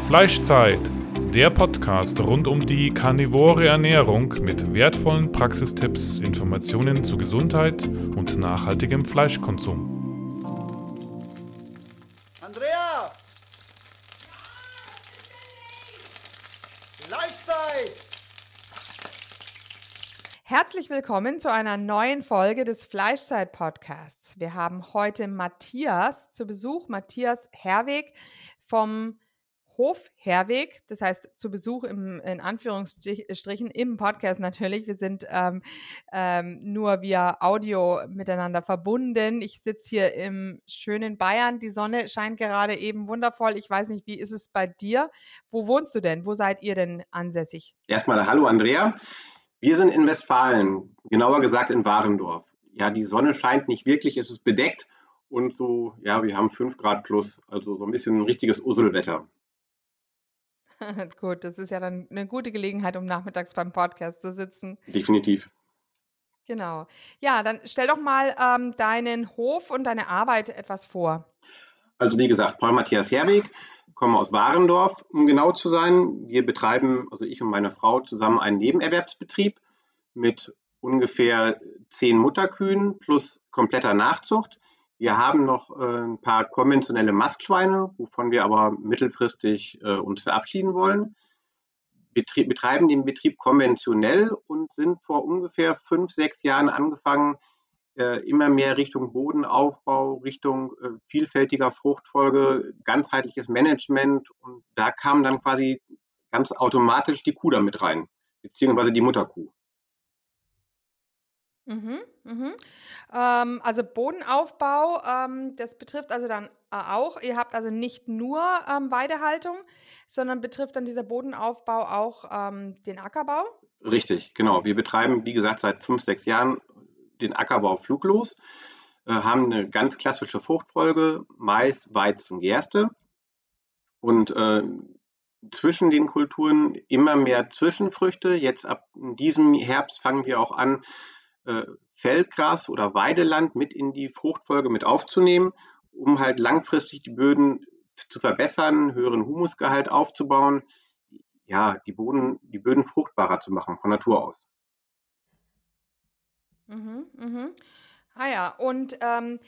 Fleischzeit, der Podcast rund um die karnivore Ernährung mit wertvollen Praxistipps, Informationen zu Gesundheit und nachhaltigem Fleischkonsum. Andrea! Fleischzeit! Herzlich willkommen zu einer neuen Folge des Fleischzeit-Podcasts. Wir haben heute Matthias zu Besuch, Matthias Herweg vom Hof Herweg, das heißt zu Besuch in Anführungsstrichen im Podcast natürlich. Wir sind nur via Audio miteinander verbunden. Ich sitze hier im schönen Bayern. Die Sonne scheint gerade eben wundervoll. Ich weiß nicht, wie ist es bei dir? Wo wohnst du denn? Wo seid ihr denn ansässig? Erstmal hallo Andrea. Wir sind in Westfalen, genauer gesagt in Warendorf. Ja, die Sonne scheint nicht wirklich, es ist bedeckt und so, ja, wir haben 5 Grad plus, also so ein bisschen ein richtiges Usselwetter. Gut, das ist ja dann eine gute Gelegenheit, um nachmittags beim Podcast zu sitzen. Definitiv. Genau. Ja, dann stell doch mal deinen Hof und deine Arbeit etwas vor. Also wie gesagt, Paul Matthias Herweg, komme aus Warendorf, um genau zu sein. Wir betreiben, also ich und meine Frau, zusammen einen Nebenerwerbsbetrieb mit ungefähr 10 Mutterkühen plus kompletter Nachzucht. Wir haben noch ein paar konventionelle Mastschweine, wovon wir aber mittelfristig uns verabschieden wollen. Betreiben den Betrieb konventionell und sind vor ungefähr 5, 6 Jahren angefangen, immer mehr Richtung Bodenaufbau, Richtung vielfältiger Fruchtfolge, ganzheitliches Management. Und da kam dann quasi ganz automatisch die Kuh da mit rein, beziehungsweise die Mutterkuh. Also Bodenaufbau, das betrifft also dann auch, ihr habt also nicht nur Weidehaltung, sondern betrifft dann dieser Bodenaufbau auch den Ackerbau? Richtig, genau. Wir betreiben, wie gesagt, seit 5, 6 Jahren den Ackerbau fluglos, haben eine ganz klassische Fruchtfolge, Mais, Weizen, Gerste und zwischen den Kulturen immer mehr Zwischenfrüchte. Jetzt ab diesem Herbst fangen wir auch an, Feldgras oder Weideland mit in die Fruchtfolge mit aufzunehmen, um halt langfristig die Böden zu verbessern, höheren Humusgehalt aufzubauen, ja, die Böden fruchtbarer zu machen von Natur aus. Ah ja, und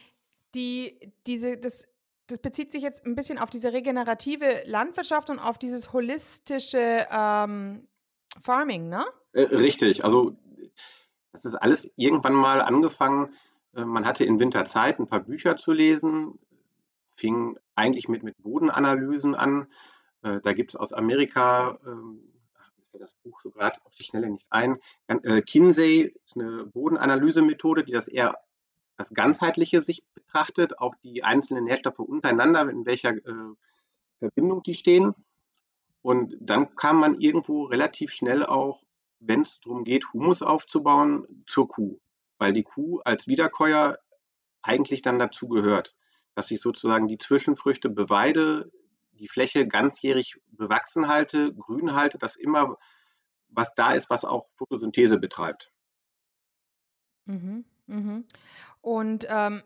das bezieht sich jetzt ein bisschen auf diese regenerative Landwirtschaft und auf dieses holistische Farming, ne? Richtig, also das ist alles irgendwann mal angefangen. Man hatte in Winterzeit ein paar Bücher zu lesen, fing eigentlich mit Bodenanalysen an. Da gibt es aus Amerika, mir fällt das Buch so gerade auf die Schnelle nicht ein, Kinsey ist eine Bodenanalysemethode, die das eher das ganzheitliche sich betrachtet, auch die einzelnen Nährstoffe untereinander, in welcher Verbindung die stehen. Und dann kam man irgendwo relativ schnell auch, wenn es darum geht, Humus aufzubauen, zur Kuh. Weil die Kuh als Wiederkäuer eigentlich dann dazu gehört, dass ich sozusagen die Zwischenfrüchte beweide, die Fläche ganzjährig bewachsen halte, grün halte, dass immer was da ist, was auch Photosynthese betreibt. Mhm, mhm. Und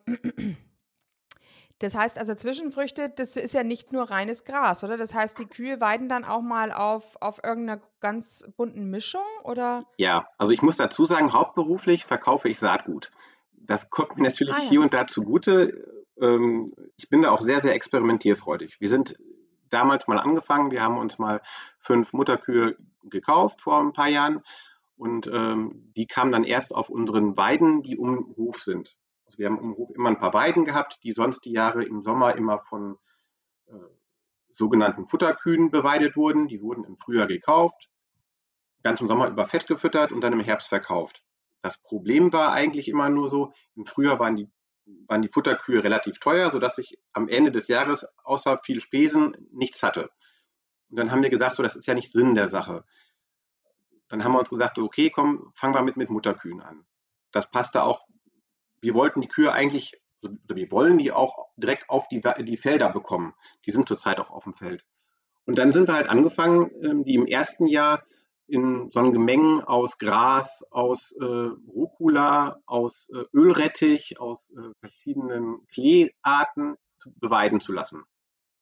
das heißt also Zwischenfrüchte, das ist ja nicht nur reines Gras, oder? Das heißt, die Kühe weiden dann auch mal auf irgendeiner ganz bunten Mischung, oder? Ja, also ich muss dazu sagen, hauptberuflich verkaufe ich Saatgut. Das kommt mir natürlich Ah hier ja. und da zugute. Ich bin da auch sehr, sehr experimentierfreudig. Wir sind damals mal angefangen, wir haben uns mal 5 Mutterkühe gekauft vor ein paar Jahren und die kamen dann erst auf unseren Weiden, die um den Hof sind. Also wir haben um den Hof immer ein paar Weiden gehabt, die sonst die Jahre im Sommer immer von äh, sogenannten Futterkühen beweidet wurden. Die wurden im Frühjahr gekauft, ganzen Sommer über Fett gefüttert und dann im Herbst verkauft. Das Problem war eigentlich immer nur so, im Frühjahr waren die Futterkühe relativ teuer, sodass ich am Ende des Jahres außer viel Spesen nichts hatte. Und dann haben wir gesagt, so, das ist ja nicht Sinn der Sache. Dann haben wir uns gesagt, okay, komm, fangen wir mit Mutterkühen an. Das passte auch. Wir wollten die Kühe eigentlich, oder wir wollen die auch direkt auf die Felder bekommen. Die sind zurzeit auch auf dem Feld. Und dann sind wir halt angefangen, die im ersten Jahr in so einem Gemengen aus Gras, aus Rucola, aus Ölrettich, aus verschiedenen Kleearten beweiden zu lassen.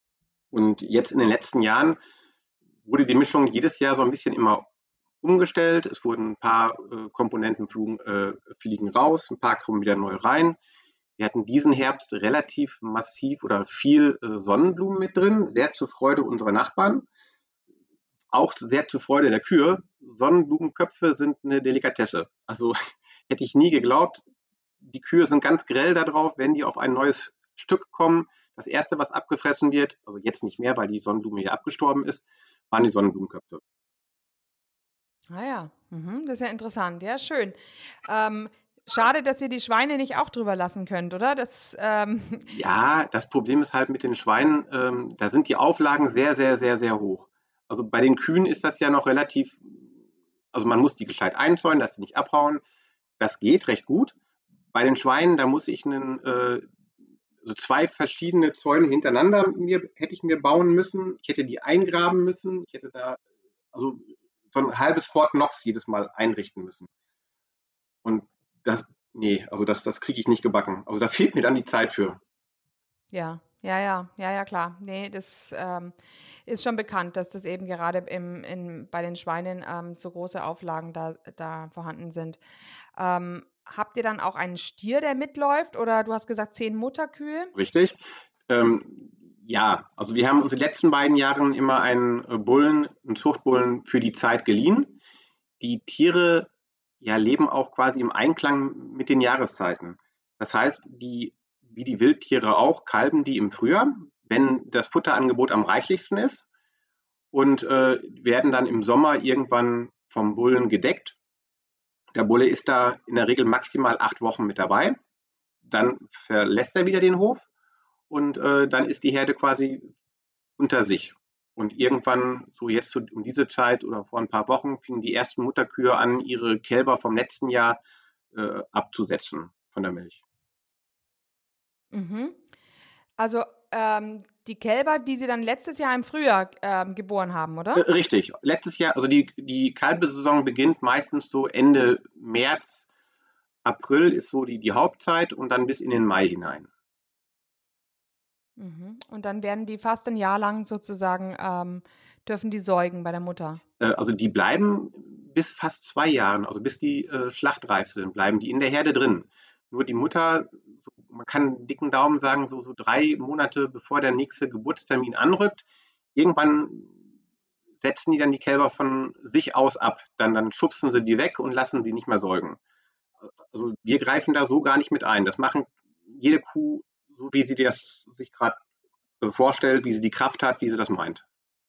Und jetzt in den letzten Jahren wurde die Mischung jedes Jahr so ein bisschen immer umgestellt. Es wurden ein paar Komponenten fliegen raus, ein paar kommen wieder neu rein. Wir hatten diesen Herbst relativ massiv oder viel Sonnenblumen mit drin, sehr zur Freude unserer Nachbarn, auch sehr zur Freude der Kühe. Sonnenblumenköpfe sind eine Delikatesse. Also hätte ich nie geglaubt. Die Kühe sind ganz grell darauf, wenn die auf ein neues Stück kommen. Das erste, was abgefressen wird, also jetzt nicht mehr, weil die Sonnenblume hier abgestorben ist, waren die Sonnenblumenköpfe. Ah ja, das ist ja interessant. Ja, schön. Schade, dass ihr die Schweine nicht auch drüber lassen könnt, oder? Ja, das Problem ist halt mit den Schweinen, da sind die Auflagen sehr, sehr, sehr, sehr hoch. Also bei den Kühen ist das ja noch relativ, also man muss die gescheit einzäunen, dass sie nicht abhauen. Das geht recht gut. Bei den Schweinen, da muss ich so 2 verschiedene Zäune hintereinander hätte ich mir bauen müssen. Ich hätte die eingraben müssen. Ich hätte da also so ein halbes Fort Knox jedes Mal einrichten müssen. Und das kriege ich nicht gebacken. Also da fehlt mir dann die Zeit für. Ja, klar. Nee, das ist schon bekannt, dass das eben gerade bei den Schweinen so große Auflagen da vorhanden sind. Habt ihr dann auch einen Stier, der mitläuft? Oder du hast gesagt 10 Mutterkühe? Richtig. Ja, also wir haben uns die letzten beiden Jahren immer einen Zuchtbullen für die Zeit geliehen. Die Tiere ja leben auch quasi im Einklang mit den Jahreszeiten. Das heißt, wie die Wildtiere auch, kalben die im Frühjahr, wenn das Futterangebot am reichlichsten ist und werden dann im Sommer irgendwann vom Bullen gedeckt. Der Bulle ist da in der Regel maximal 8 Wochen mit dabei. Dann verlässt er wieder den Hof und dann ist die Herde quasi unter sich. Und irgendwann, so jetzt um diese Zeit oder vor ein paar Wochen, fingen die ersten Mutterkühe an, ihre Kälber vom letzten Jahr abzusetzen von der Milch. Mhm. Also die Kälber, die sie dann letztes Jahr im Frühjahr geboren haben, oder? Richtig. Letztes Jahr, also die Kalbesaison beginnt meistens so Ende März, April ist so die Hauptzeit und dann bis in den Mai hinein. Und dann werden die fast ein Jahr lang sozusagen, dürfen die säugen bei der Mutter. Also die bleiben bis fast 2 Jahren, also bis die schlachtreif sind, bleiben die in der Herde drin. Nur die Mutter, man kann einen dicken Daumen sagen, so 3 Monate bevor der nächste Geburtstermin anrückt, irgendwann setzen die dann die Kälber von sich aus ab. Dann schubsen sie die weg und lassen sie nicht mehr säugen. Also wir greifen da so gar nicht mit ein. Das machen jede Kuh, so wie sie das sich gerade vorstellt, wie sie die Kraft hat, wie sie das meint.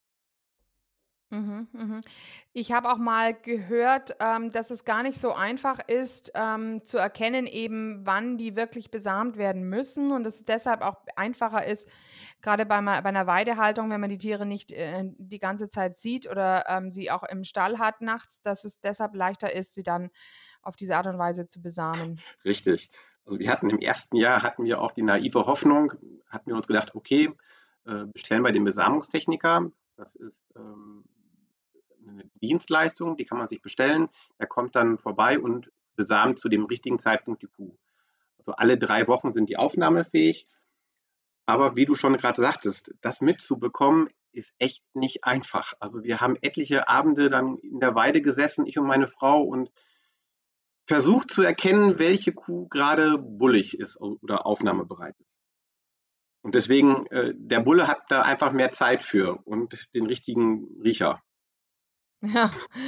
Ich habe auch mal gehört, dass es gar nicht so einfach ist, zu erkennen, eben wann die wirklich besamt werden müssen und dass es deshalb auch einfacher ist, gerade bei einer Weidehaltung, wenn man die Tiere nicht die ganze Zeit sieht oder sie auch im Stall hat nachts, dass es deshalb leichter ist, sie dann auf diese Art und Weise zu besamen. Richtig. Also wir hatten im ersten Jahr hatten wir auch die naive Hoffnung, hatten wir uns gedacht, okay, bestellen wir den Besamungstechniker. Das ist eine Dienstleistung, die kann man sich bestellen. Er kommt dann vorbei und besamt zu dem richtigen Zeitpunkt die Kuh. Also alle 3 Wochen sind die aufnahmefähig. Aber wie du schon gerade sagtest, das mitzubekommen ist echt nicht einfach. Also wir haben etliche Abende dann in der Weide gesessen, ich und meine Frau, und versucht zu erkennen, welche Kuh gerade bullig ist oder aufnahmebereit ist. Und deswegen, der Bulle hat da einfach mehr Zeit für und den richtigen Riecher. Ja.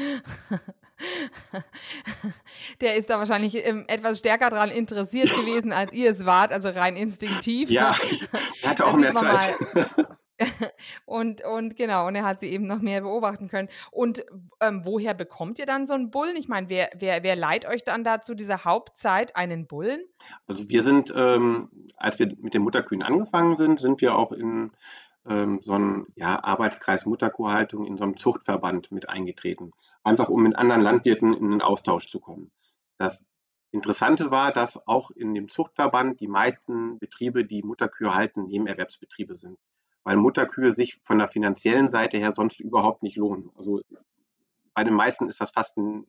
Der ist da wahrscheinlich etwas stärker daran interessiert gewesen, als ihr es wart, also rein instinktiv. Ja, er hatte Da auch mehr sieht man Zeit. Und genau, und er hat sie eben noch mehr beobachten können. Und woher bekommt ihr dann so einen Bullen? Ich meine, wer leiht euch dann dazu, diese Hauptzeit einen Bullen? Also wir sind, als wir mit den Mutterkühen angefangen sind wir auch in so einen Arbeitskreis Mutterkuhhaltung in so einem Zuchtverband mit eingetreten. Einfach um mit anderen Landwirten in den Austausch zu kommen. Das Interessante war, dass auch in dem Zuchtverband die meisten Betriebe, die Mutterkühe halten, Nebenerwerbsbetriebe sind. Weil Mutterkühe sich von der finanziellen Seite her sonst überhaupt nicht lohnen. Also bei den meisten ist das fast ein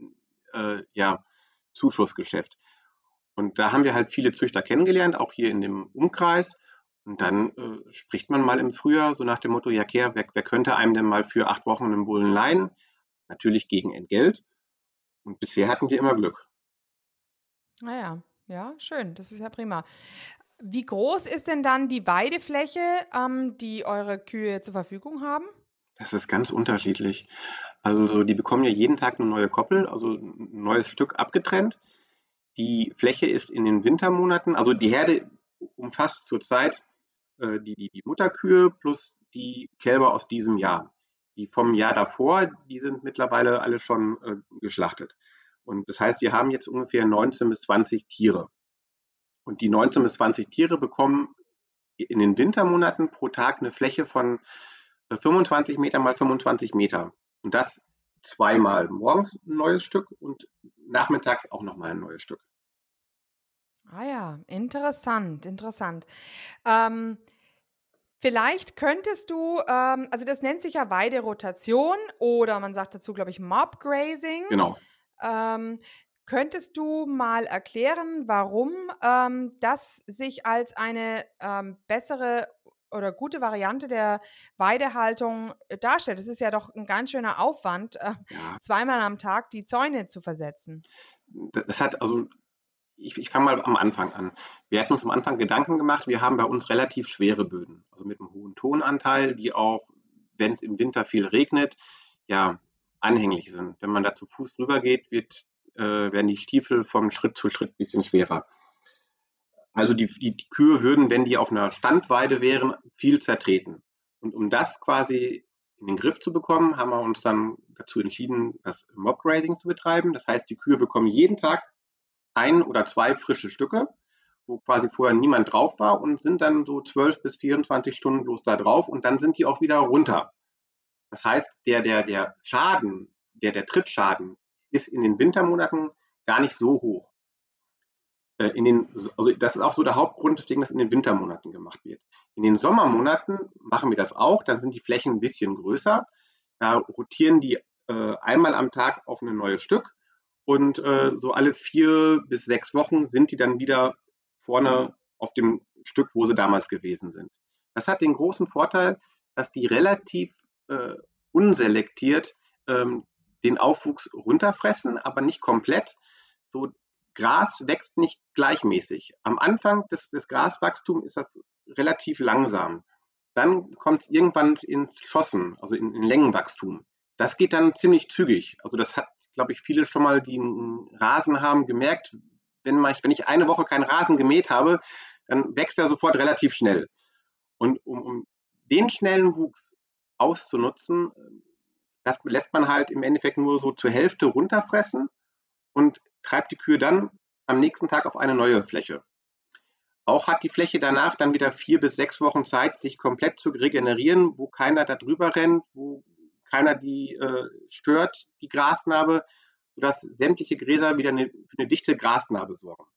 Zuschussgeschäft. Und da haben wir halt viele Züchter kennengelernt, auch hier in dem Umkreis. Und dann spricht man mal im Frühjahr so nach dem Motto, ja, okay, wer könnte einem denn mal für 8 Wochen einen Bullen leihen? Natürlich gegen Entgelt. Und bisher hatten wir immer Glück. Naja, ja, schön, das ist ja prima. Wie groß ist denn dann die Weidefläche, die eure Kühe zur Verfügung haben? Das ist ganz unterschiedlich. Also die bekommen ja jeden Tag eine neue Koppel, also ein neues Stück abgetrennt. Die Fläche ist in den Wintermonaten, also die Herde umfasst zurzeit die Mutterkühe plus die Kälber aus diesem Jahr. Die vom Jahr davor, die sind mittlerweile alle schon geschlachtet. Und das heißt, wir haben jetzt ungefähr 19 bis 20 Tiere. Und die 19 bis 20 Tiere bekommen in den Wintermonaten pro Tag eine Fläche von 25 Meter mal 25 Meter. Und das zweimal. Morgens ein neues Stück und nachmittags auch nochmal ein neues Stück. Ah ja, interessant, interessant. Ähm, Vielleicht könntest du, also das nennt sich ja Weiderotation oder man sagt dazu, glaube ich, Mobgrazing. Genau. Ähm, Könntest du mal erklären, warum das sich als eine bessere oder gute Variante der Weidehaltung darstellt? Es ist ja doch ein ganz schöner Aufwand, Ja, zweimal am Tag die Zäune zu versetzen. das hat, also ich fange mal am Anfang an. Wir hatten uns am Anfang Gedanken gemacht, wir haben bei uns relativ schwere Böden, also mit einem hohen Tonanteil, die auch, wenn es im Winter viel regnet, ja, anhänglich sind. Wenn man da zu Fuß drüber geht, werden die Stiefel von Schritt zu Schritt ein bisschen schwerer. Also die Kühe würden, wenn die auf einer Standweide wären, viel zertreten. Und um das quasi in den Griff zu bekommen, haben wir uns dann dazu entschieden, das Mobgrazing zu betreiben. Das heißt, die Kühe bekommen jeden Tag ein oder zwei frische Stücke, wo quasi vorher niemand drauf war und sind dann so 12 bis 24 Stunden bloß da drauf und dann sind die auch wieder runter. Das heißt, der Schaden, der Trittschaden ist in den Wintermonaten gar nicht so hoch. Also das ist auch so der Hauptgrund, weswegen das in den Wintermonaten gemacht wird. In den Sommermonaten machen wir das auch, da sind die Flächen ein bisschen größer. Da rotieren die einmal am Tag auf ein neues Stück und so alle 4 bis 6 Wochen sind die dann wieder vorne auf dem Stück, wo sie damals gewesen sind. Das hat den großen Vorteil, dass die relativ unselektiert den Aufwuchs runterfressen, aber nicht komplett. So, Gras wächst nicht gleichmäßig. Am Anfang des Graswachstums ist das relativ langsam. Dann kommt es irgendwann ins Schossen, also in Längenwachstum. Das geht dann ziemlich zügig. Also das hat, glaube ich, viele schon mal, die einen Rasen haben, gemerkt. Wenn ich eine Woche keinen Rasen gemäht habe, dann wächst er sofort relativ schnell. Und um den schnellen Wuchs auszunutzen, das lässt man halt im Endeffekt nur so zur Hälfte runterfressen und treibt die Kühe dann am nächsten Tag auf eine neue Fläche. Auch hat die Fläche danach dann wieder 4 bis 6 Wochen Zeit, sich komplett zu regenerieren, wo keiner da drüber rennt, wo keiner die stört, die Grasnarbe, sodass sämtliche Gräser wieder für eine dichte Grasnarbe sorgen.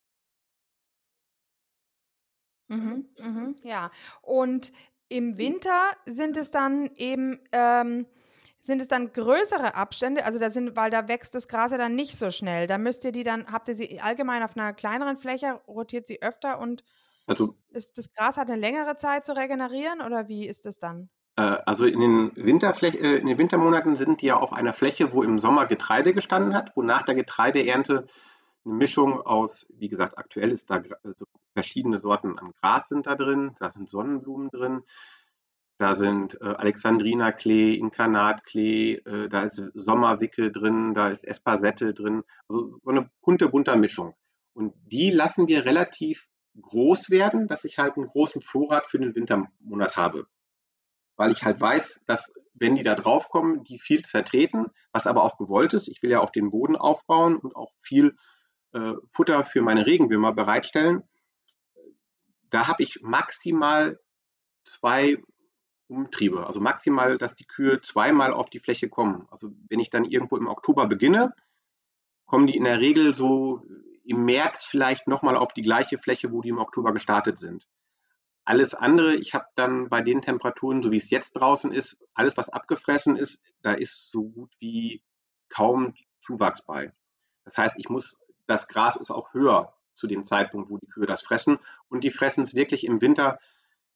Mhm, mhm, ja. Und im Winter sind es dann eben, sind es dann größere Abstände? Also weil da wächst das Gras ja dann nicht so schnell. Da müsst ihr habt ihr sie allgemein auf einer kleineren Fläche, rotiert sie öfter und Also das Gras hat eine längere Zeit zu regenerieren oder wie ist es dann? Also in den Wintermonaten sind die ja auf einer Fläche, wo im Sommer Getreide gestanden hat, wo nach der Getreideernte eine Mischung aus, wie gesagt, aktuell ist da also verschiedene Sorten an Gras sind da drin, da sind Sonnenblumen drin, da sind Alexandrinerklee, Inkarnatklee, da ist Sommerwicke drin, da ist Espasette drin, also so eine bunter Mischung. Und die lassen wir relativ groß werden, dass ich halt einen großen Vorrat für den Wintermonat habe, weil ich halt weiß, dass wenn die da draufkommen, die viel zertreten, was aber auch gewollt ist. Ich will ja auch den Boden aufbauen und auch viel Futter für meine Regenwürmer bereitstellen. Da habe ich maximal 2 Umtriebe, also maximal, dass die Kühe zweimal auf die Fläche kommen. Also wenn ich dann irgendwo im Oktober beginne, kommen die in der Regel so im März vielleicht nochmal auf die gleiche Fläche, wo die im Oktober gestartet sind. Alles andere, ich habe dann bei den Temperaturen, so wie es jetzt draußen ist, alles, was abgefressen ist, da ist so gut wie kaum Zuwachs bei. Das heißt, das Gras ist auch höher zu dem Zeitpunkt, wo die Kühe das fressen. Und die fressen es wirklich im Winter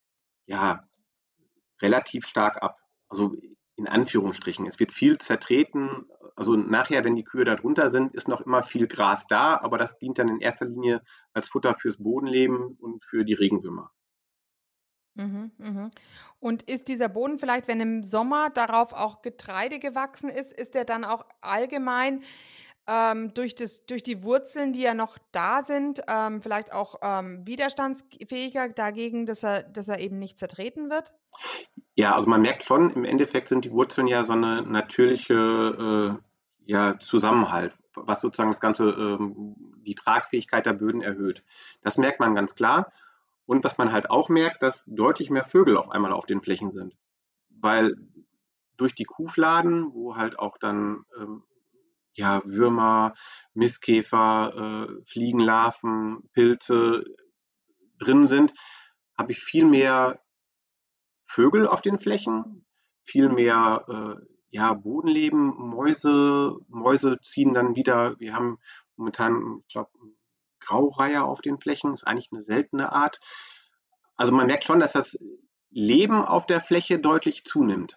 ja, relativ stark ab. Also in Anführungsstrichen. Es wird viel zertreten. Also nachher, wenn die Kühe da drunter sind, ist noch immer viel Gras da, aber das dient dann in erster Linie als Futter fürs Bodenleben und für die Regenwürmer. Mhm, mhm. Und ist dieser Boden vielleicht, wenn im Sommer darauf auch Getreide gewachsen ist der dann auch allgemein durch die Wurzeln, die ja noch da sind, vielleicht auch widerstandsfähiger dagegen, dass er eben nicht zertreten wird? Ja, also man merkt schon, im Endeffekt sind die Wurzeln ja so eine natürliche ja, Zusammenhalt, was sozusagen das Ganze, die Tragfähigkeit der Böden erhöht. Das merkt man ganz klar. Und was man halt auch merkt, dass deutlich mehr Vögel auf einmal auf den Flächen sind. Weil durch die Kuhfladen, wo halt auch dann ja, Würmer, Mistkäfer, Fliegenlarven, Pilze drin sind, habe ich viel mehr Vögel auf den Flächen, viel mehr ja, Bodenleben, Mäuse ziehen dann wieder. Wir haben momentan, ich glaube, Graureiher auf den Flächen, ist eigentlich eine seltene Art. Also man merkt schon, dass das Leben auf der Fläche deutlich zunimmt.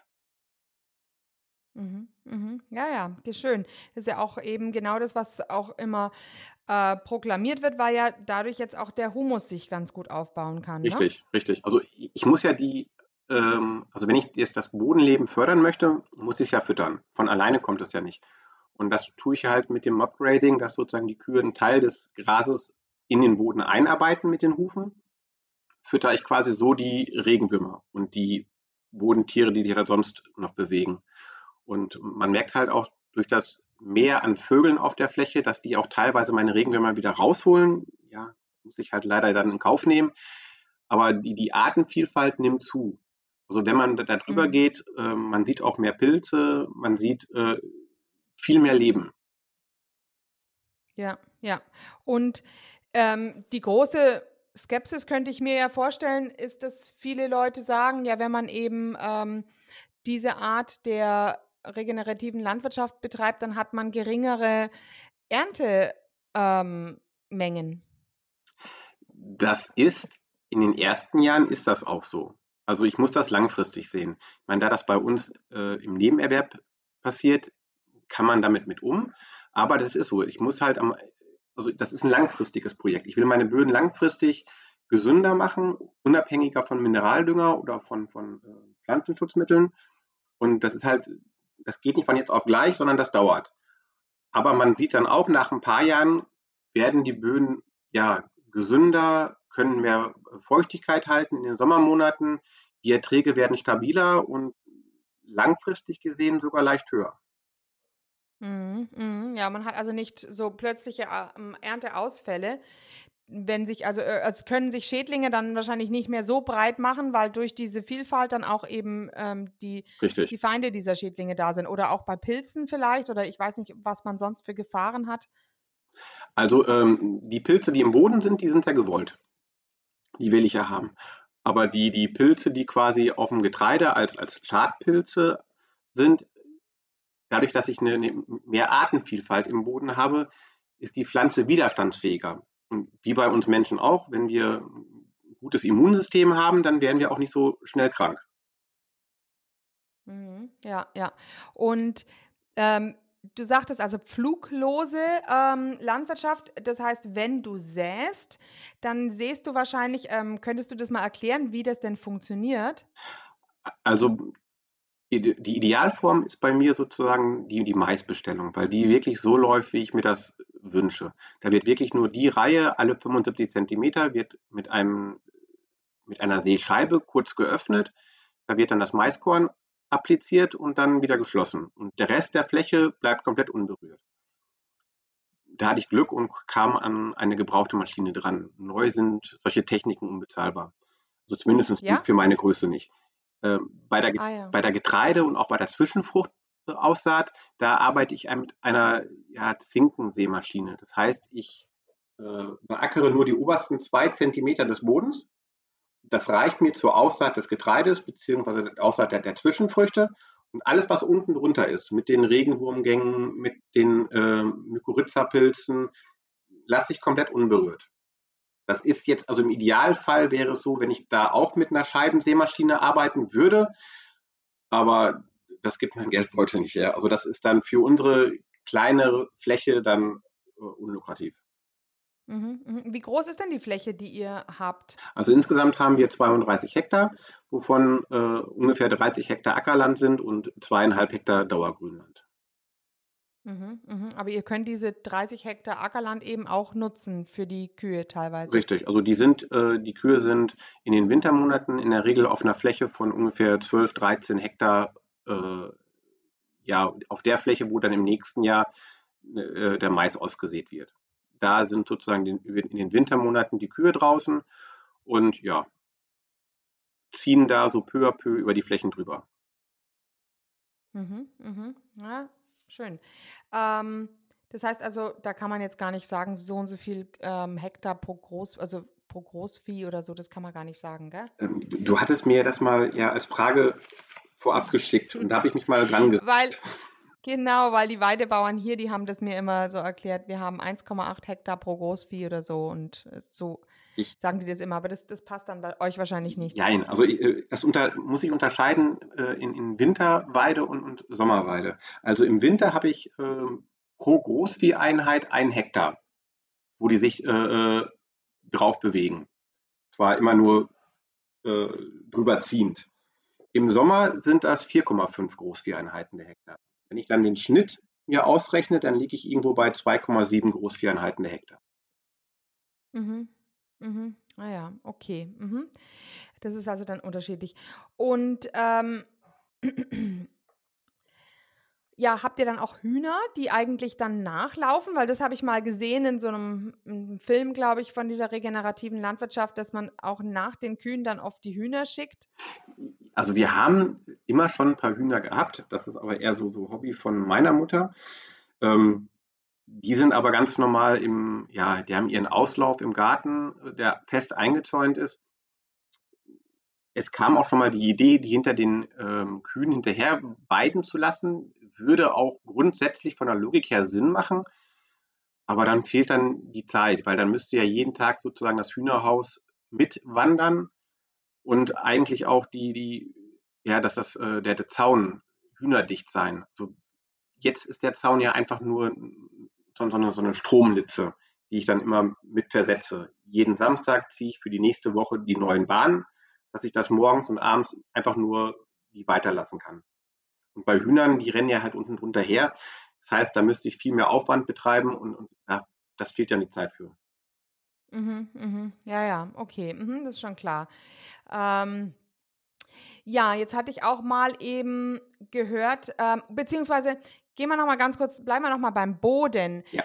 Mhm, mhm. Ja, ja, schön. Das ist ja auch eben genau das, was auch immer proklamiert wird, weil ja dadurch jetzt auch der Humus sich ganz gut aufbauen kann, ne? Richtig, richtig. Also ich muss ja also wenn ich jetzt das Bodenleben fördern möchte, muss ich es ja füttern. Von alleine kommt es ja nicht. Und das tue ich halt mit dem Mobgrazing, dass sozusagen die Kühe einen Teil des Grases in den Boden einarbeiten mit den Hufen, fütter ich quasi so die Regenwürmer und die Bodentiere, die sich halt sonst noch bewegen. Und man merkt halt auch durch das Mehr an Vögeln auf der Fläche, dass die auch teilweise meine Regenwürmer wieder rausholen. Ja, muss ich halt leider dann in Kauf nehmen. Aber die Artenvielfalt nimmt zu. Also wenn man da drüber Mhm. geht, man sieht auch mehr Pilze, man sieht viel mehr Leben. Ja, ja. Und die große Skepsis könnte ich mir ja vorstellen, ist, dass viele Leute sagen, ja, wenn man eben diese Art der regenerativen Landwirtschaft betreibt, dann hat man geringere Ernte Mengen. Das ist in den ersten Jahren ist das auch so. Also ich muss das langfristig sehen. Ich meine, da das bei uns im Nebenerwerb passiert, kann man damit mit um. Aber das ist so. Ich muss halt also das ist ein langfristiges Projekt. Ich will meine Böden langfristig gesünder machen, unabhängiger von Mineraldünger oder von Pflanzenschutzmitteln. Und das ist halt, das geht nicht von jetzt auf gleich, sondern das dauert. Aber man sieht dann auch nach ein paar Jahren werden die Böden ja gesünder, können mehr Feuchtigkeit halten in den Sommermonaten. Die Erträge werden stabiler und langfristig gesehen sogar leicht höher. Mhm, mhm. Ja, man hat also nicht so plötzliche Ernteausfälle. Wenn sich es können sich Schädlinge dann wahrscheinlich nicht mehr so breit machen, weil durch diese Vielfalt dann auch eben, Richtig. die Feinde dieser Schädlinge da sind. Oder auch bei Pilzen vielleicht oder ich weiß nicht, was man sonst für Gefahren hat. Also die Pilze, die im Boden sind, die sind ja gewollt. Die will ich ja haben. Aber die Pilze, die quasi auf dem Getreide als Schadpilze sind, dadurch, dass ich eine mehr Artenvielfalt im Boden habe, ist die Pflanze widerstandsfähiger. Und wie bei uns Menschen auch, wenn wir ein gutes Immunsystem haben, dann werden wir auch nicht so schnell krank. Mhm. Ja, ja. Und, du sagtest also pfluglose, Landwirtschaft. Das heißt, wenn du säst, dann säst du wahrscheinlich könntest du das mal erklären, wie das denn funktioniert? Also die Idealform ist bei mir sozusagen die Maisbestellung, weil die wirklich so läuft, wie ich mir das wünsche. Da wird wirklich nur die Reihe alle 75 Zentimeter wird mit einer Säscheibe kurz geöffnet. Da wird dann das Maiskorn appliziert und dann wieder geschlossen. Und der Rest der Fläche bleibt komplett unberührt. Da hatte ich Glück und kam an eine gebrauchte Maschine dran. Neu sind solche Techniken unbezahlbar. Also zumindest Ja? für meine Größe nicht. Ah ja. Bei der Getreide und auch bei der Zwischenfruchtaussaat, da arbeite ich mit einer ja, Zinkensämaschine. Das heißt, ich beackere nur die obersten 2 Zentimeter des Bodens. Das reicht mir zur Aussaat des Getreides beziehungsweise der Aussaat der Zwischenfrüchte. Und alles, was unten drunter ist, mit den Regenwurmgängen, mit den Mykorrhiza-Pilzen, lasse ich komplett unberührt. Das ist jetzt, also im Idealfall wäre es so, wenn ich da auch mit einer Scheibensämaschine arbeiten würde, aber das gibt mein Geldbeutel nicht her. Also das ist dann für unsere kleinere Fläche dann unlukrativ. Wie groß ist denn die Fläche, die ihr habt? Also insgesamt haben wir 32 Hektar, wovon ungefähr 30 Hektar Ackerland sind und 2,5 Hektar Dauergrünland. Aber ihr könnt diese 30 Hektar Ackerland eben auch nutzen für die Kühe teilweise. Richtig, also die Kühe sind in den Wintermonaten in der Regel auf einer Fläche von ungefähr 12, 13 Hektar, ja, auf der Fläche, wo dann im nächsten Jahr der Mais ausgesät wird. Da sind sozusagen in den Wintermonaten die Kühe draußen und ja, ziehen da so peu à peu über die Flächen drüber. Ja, schön. Das heißt also, da kann man jetzt gar nicht sagen, so und so viel Hektar pro Großvieh oder so, das kann man gar nicht sagen, gell? Du hattest mir das mal ja als Frage vorab geschickt und da habe ich mich mal dran gesetzt. Weil die Weidebauern hier, die haben das mir immer so erklärt, wir haben 1,8 Hektar pro Großvieh oder so und so sagen die das immer, aber das passt dann bei euch wahrscheinlich nicht. Nein, also das muss ich unterscheiden in Winterweide und Sommerweide. Also im Winter habe ich pro Großvieheinheit 1 Hektar, wo die sich drauf bewegen. Zwar immer nur drüber ziehend. Im Sommer sind das 4,5 Großvieheinheiten der Hektar. Wenn ich dann den Schnitt mir ausrechne, dann liege ich irgendwo bei 2,7 Großvieheinheiten der Hektar. Ah ja, okay. Das ist also dann unterschiedlich. Und ja, habt ihr dann auch Hühner, die eigentlich dann nachlaufen? Weil das habe ich mal gesehen in so einem Film, glaube ich, von dieser regenerativen Landwirtschaft, dass man auch nach den Kühen dann oft die Hühner schickt. Also wir haben immer schon ein paar Hühner gehabt. Das ist aber eher so Hobby von meiner Mutter. Die sind aber ganz normal die haben ihren Auslauf im Garten, der fest eingezäunt ist. Es kam auch schon mal die Idee, die hinter den Kühen hinterher weiden zu lassen. Würde auch grundsätzlich von der Logik her Sinn machen. Aber dann fehlt dann die Zeit, weil dann müsste ja jeden Tag sozusagen das Hühnerhaus mitwandern und eigentlich auch dass der Zaun hühnerdicht sein. So, jetzt ist der Zaun ja einfach nur so eine Stromlitze, die ich dann immer mit versetze. Jeden Samstag ziehe ich für die nächste Woche die neuen Bahnen, dass ich das morgens und abends einfach nur die weiterlassen kann. Und bei Hühnern, die rennen ja halt unten drunter her. Das heißt, da müsste ich viel mehr Aufwand betreiben und das fehlt ja die Zeit für. Ja, okay, das ist schon klar. Ja, jetzt hatte ich auch mal eben gehört, beziehungsweise bleiben wir noch mal beim Boden. Ja.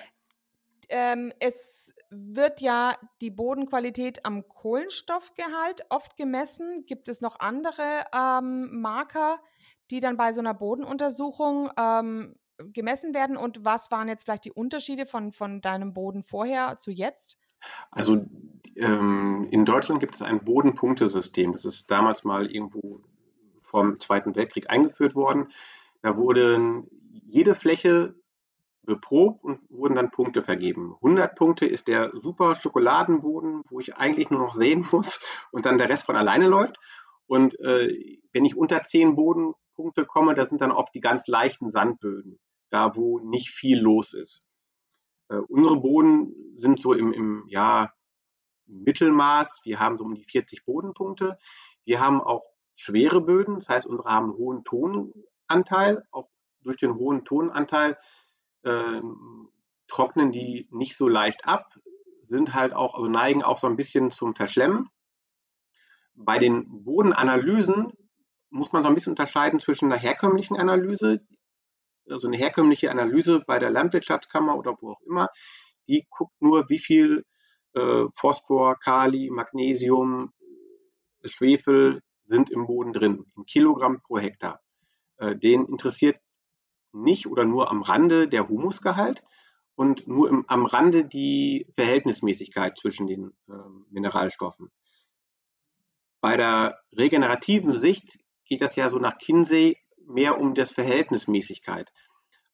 Es wird ja die Bodenqualität am Kohlenstoffgehalt oft gemessen. Gibt es noch andere Marker, die dann bei so einer Bodenuntersuchung gemessen werden? Und was waren jetzt vielleicht die Unterschiede von deinem Boden vorher zu jetzt? Also in Deutschland gibt es ein Bodenpunktesystem. Das ist damals mal irgendwo vom Zweiten Weltkrieg eingeführt worden. Da wurden jede Fläche beprobt und wurden dann Punkte vergeben. 100 Punkte ist der super Schokoladenboden, wo ich eigentlich nur noch sehen muss und dann der Rest von alleine läuft. Und wenn ich unter 10 Bodenpunkte komme, das sind dann oft die ganz leichten Sandböden, da wo nicht viel los ist. Unsere Boden sind so im Mittelmaß. Wir haben so um die 40 Bodenpunkte. Wir haben auch schwere Böden, das heißt, unsere haben einen hohen Tonanteil. Auch durch den hohen Tonanteil trocknen die nicht so leicht ab, sind halt auch, also neigen auch so ein bisschen zum Verschlemmen. Bei den Bodenanalysen muss man so ein bisschen unterscheiden zwischen einer herkömmlichen Analyse, also eine herkömmliche Analyse bei der Landwirtschaftskammer oder wo auch immer, die guckt nur, wie viel Phosphor, Kali, Magnesium, Schwefel sind im Boden drin, in Kilogramm pro Hektar. Den interessiert nicht oder nur am Rande der Humusgehalt und nur am Rande die Verhältnismäßigkeit zwischen den Mineralstoffen. Bei der regenerativen Sicht geht das ja so nach Kinsey mehr um das Verhältnismäßigkeit.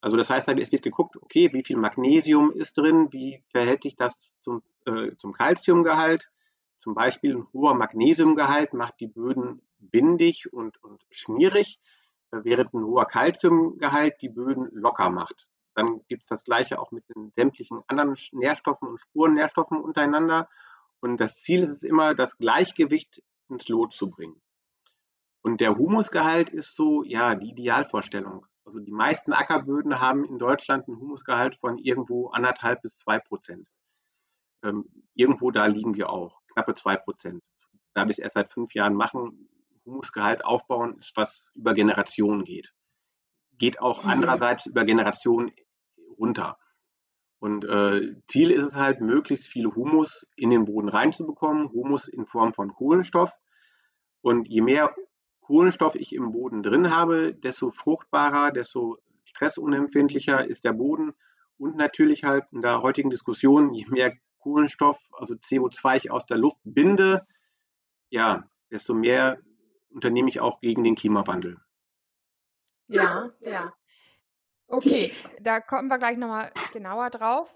Also das heißt, es wird geguckt, okay, wie viel Magnesium ist drin, wie verhält sich das zum Calciumgehalt. Zum Beispiel ein hoher Magnesiumgehalt macht die Böden bindig und schmierig, während ein hoher Calciumgehalt die Böden locker macht. Dann gibt es das Gleiche auch mit den sämtlichen anderen Nährstoffen und Spurennährstoffen untereinander. Und das Ziel ist es immer, das Gleichgewicht ins Lot zu bringen. Und der Humusgehalt ist so, ja, die Idealvorstellung. Also die meisten Ackerböden haben in Deutschland einen Humusgehalt von irgendwo 1,5 bis 2%. Irgendwo da liegen wir auch, knappe 2%. Da wir es erst seit 5 Jahren machen, Humusgehalt aufbauen, ist was über Generationen geht. Geht auch andererseits über Generationen runter. Und Ziel ist es halt, möglichst viel Humus in den Boden reinzubekommen, Humus in Form von Kohlenstoff. Und je mehr Kohlenstoff ich im Boden drin habe, desto fruchtbarer, desto stressunempfindlicher ist der Boden. Und natürlich halt in der heutigen Diskussion, je mehr Kohlenstoff, also CO2 ich aus der Luft binde, ja, desto mehr unternehme ich auch gegen den Klimawandel. Ja. Okay, da kommen wir gleich nochmal genauer drauf.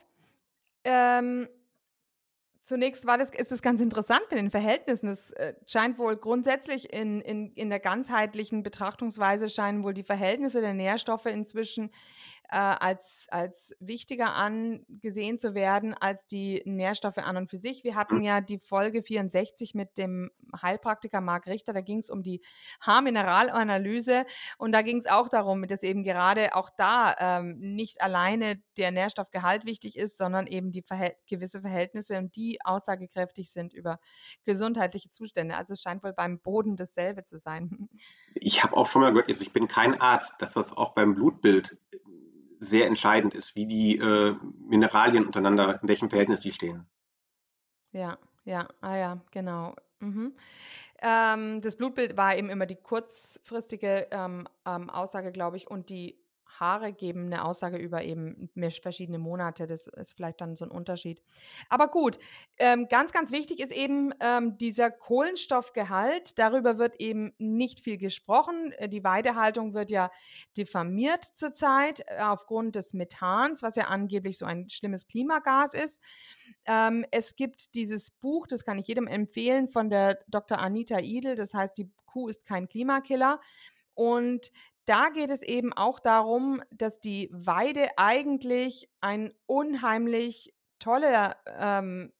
Zunächst ist es ganz interessant mit den Verhältnissen. Es scheint wohl grundsätzlich in der ganzheitlichen Betrachtungsweise scheinen wohl die Verhältnisse der Nährstoffe inzwischen als wichtiger angesehen zu werden als die Nährstoffe an und für sich. Wir hatten ja die Folge 64 mit dem Heilpraktiker Marc Richter, da ging es um die Haarmineralanalyse und da ging es auch darum, dass eben gerade auch da nicht alleine der Nährstoffgehalt wichtig ist, sondern eben die gewisse Verhältnisse und die aussagekräftig sind über gesundheitliche Zustände. Also es scheint wohl beim Boden dasselbe zu sein. Ich habe auch schon mal gehört, also ich bin kein Arzt, dass das auch beim Blutbild sehr entscheidend ist, wie die Mineralien untereinander, in welchem Verhältnis die stehen. Ja, genau. Das Blutbild war eben immer die kurzfristige Aussage, glaube ich, und die Haare geben eine Aussage über eben verschiedene Monate. Das ist vielleicht dann so ein Unterschied. Aber gut, ganz, ganz wichtig ist eben dieser Kohlenstoffgehalt. Darüber wird eben nicht viel gesprochen. Die Weidehaltung wird ja diffamiert zurzeit aufgrund des Methans, was ja angeblich so ein schlimmes Klimagas ist. Es gibt dieses Buch, das kann ich jedem empfehlen, von der Dr. Anita Idel, das heißt, die Kuh ist kein Klimakiller. Und da geht es eben auch darum, dass die Weide eigentlich ein unheimlich ein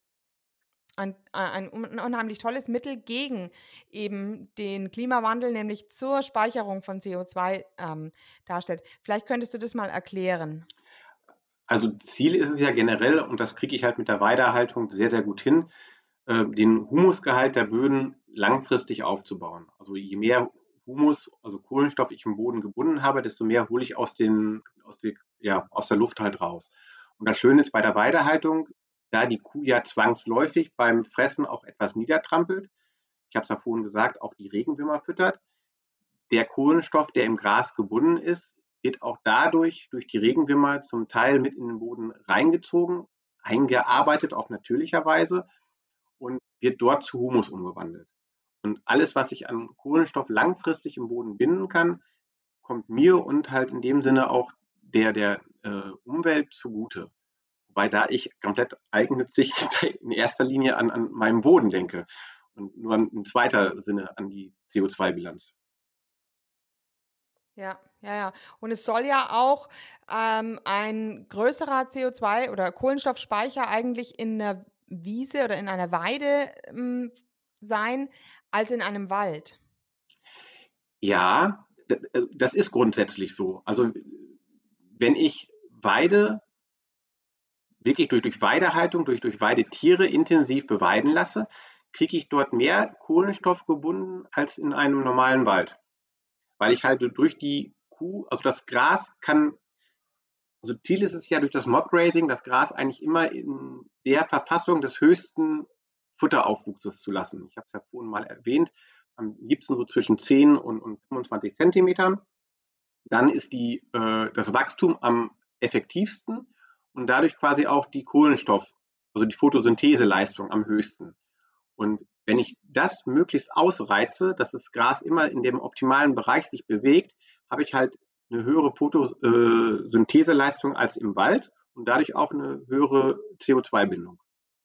unheimlich tolles Mittel gegen eben den Klimawandel, nämlich zur Speicherung von CO2 darstellt. Vielleicht könntest du das mal erklären. Also Ziel ist es ja generell, und das kriege ich halt mit der Weidehaltung sehr, sehr gut hin, den Humusgehalt der Böden langfristig aufzubauen. Also je mehr Humus, also Kohlenstoff ich im Boden gebunden habe, desto mehr hole ich aus der Luft halt raus. Und das Schöne ist bei der Weidehaltung, da die Kuh ja zwangsläufig beim Fressen auch etwas niedertrampelt, ich habe es ja vorhin gesagt, auch die Regenwürmer füttert, der Kohlenstoff, der im Gras gebunden ist, wird auch dadurch durch die Regenwürmer zum Teil mit in den Boden reingezogen, eingearbeitet auf natürlicher Weise und wird dort zu Humus umgewandelt. Und alles, was ich an Kohlenstoff langfristig im Boden binden kann, kommt mir und halt in dem Sinne auch der Umwelt zugute. Wobei da ich komplett eigennützig in erster Linie an meinen Boden denke und nur in zweiter Sinne an die CO2-Bilanz. Ja. Und es soll ja auch ein größerer CO2 oder Kohlenstoffspeicher eigentlich in einer Wiese oder in einer Weide sein als in einem Wald. Ja, das ist grundsätzlich so. Also wenn ich Weide wirklich durch Weidehaltung, durch Weidetiere intensiv beweiden lasse, kriege ich dort mehr Kohlenstoff gebunden als in einem normalen Wald. Weil ich halt durch die Kuh, also das Gras kann, also Ziel ist es ja durch das Mob-Grazing, das Gras eigentlich immer in der Verfassung des höchsten Futteraufwuchses zu lassen. Ich habe es ja vorhin mal erwähnt, am liebsten so zwischen 10 und 25 Zentimetern. Dann ist das Wachstum am effektivsten und dadurch quasi auch die also die Photosyntheseleistung am höchsten. Und wenn ich das möglichst ausreize, dass das Gras immer in dem optimalen Bereich sich bewegt, habe ich halt eine höhere Photosyntheseleistung als im Wald und dadurch auch eine höhere CO2-Bindung.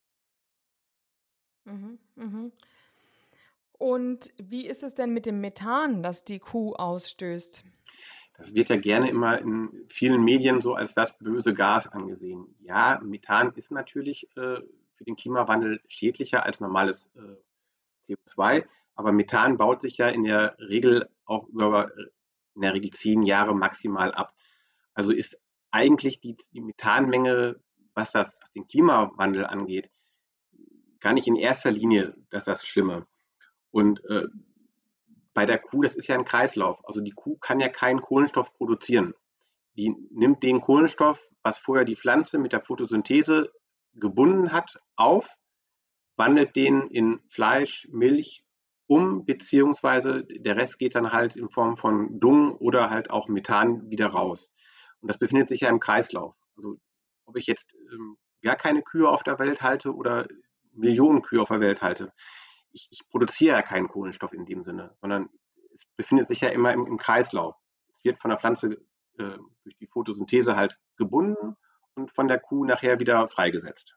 Mhm, mhm. Und wie ist es denn mit dem Methan, das die Kuh ausstößt? Das wird ja gerne immer in vielen Medien so als das böse Gas angesehen. Ja, Methan ist natürlich für den Klimawandel schädlicher als normales CO2, aber Methan baut sich ja in der Regel auch in der Regel 10 Jahre maximal ab. Also ist eigentlich die Methanmenge, was den Klimawandel angeht, gar nicht in erster Linie das Schlimme. Und bei der Kuh, das ist ja ein Kreislauf. Also die Kuh kann ja keinen Kohlenstoff produzieren. Die nimmt den Kohlenstoff, was vorher die Pflanze mit der Photosynthese gebunden hat, auf, wandelt den in Fleisch, Milch beziehungsweise der Rest geht dann halt in Form von Dung oder halt auch Methan wieder raus. Und das befindet sich ja im Kreislauf. Also ob ich jetzt gar keine Kühe auf der Welt halte oder Millionen Kühe auf der Welt halte, ich produziere ja keinen Kohlenstoff in dem Sinne, sondern es befindet sich ja immer im Kreislauf. Es wird von der Pflanze durch die Photosynthese halt gebunden und von der Kuh nachher wieder freigesetzt.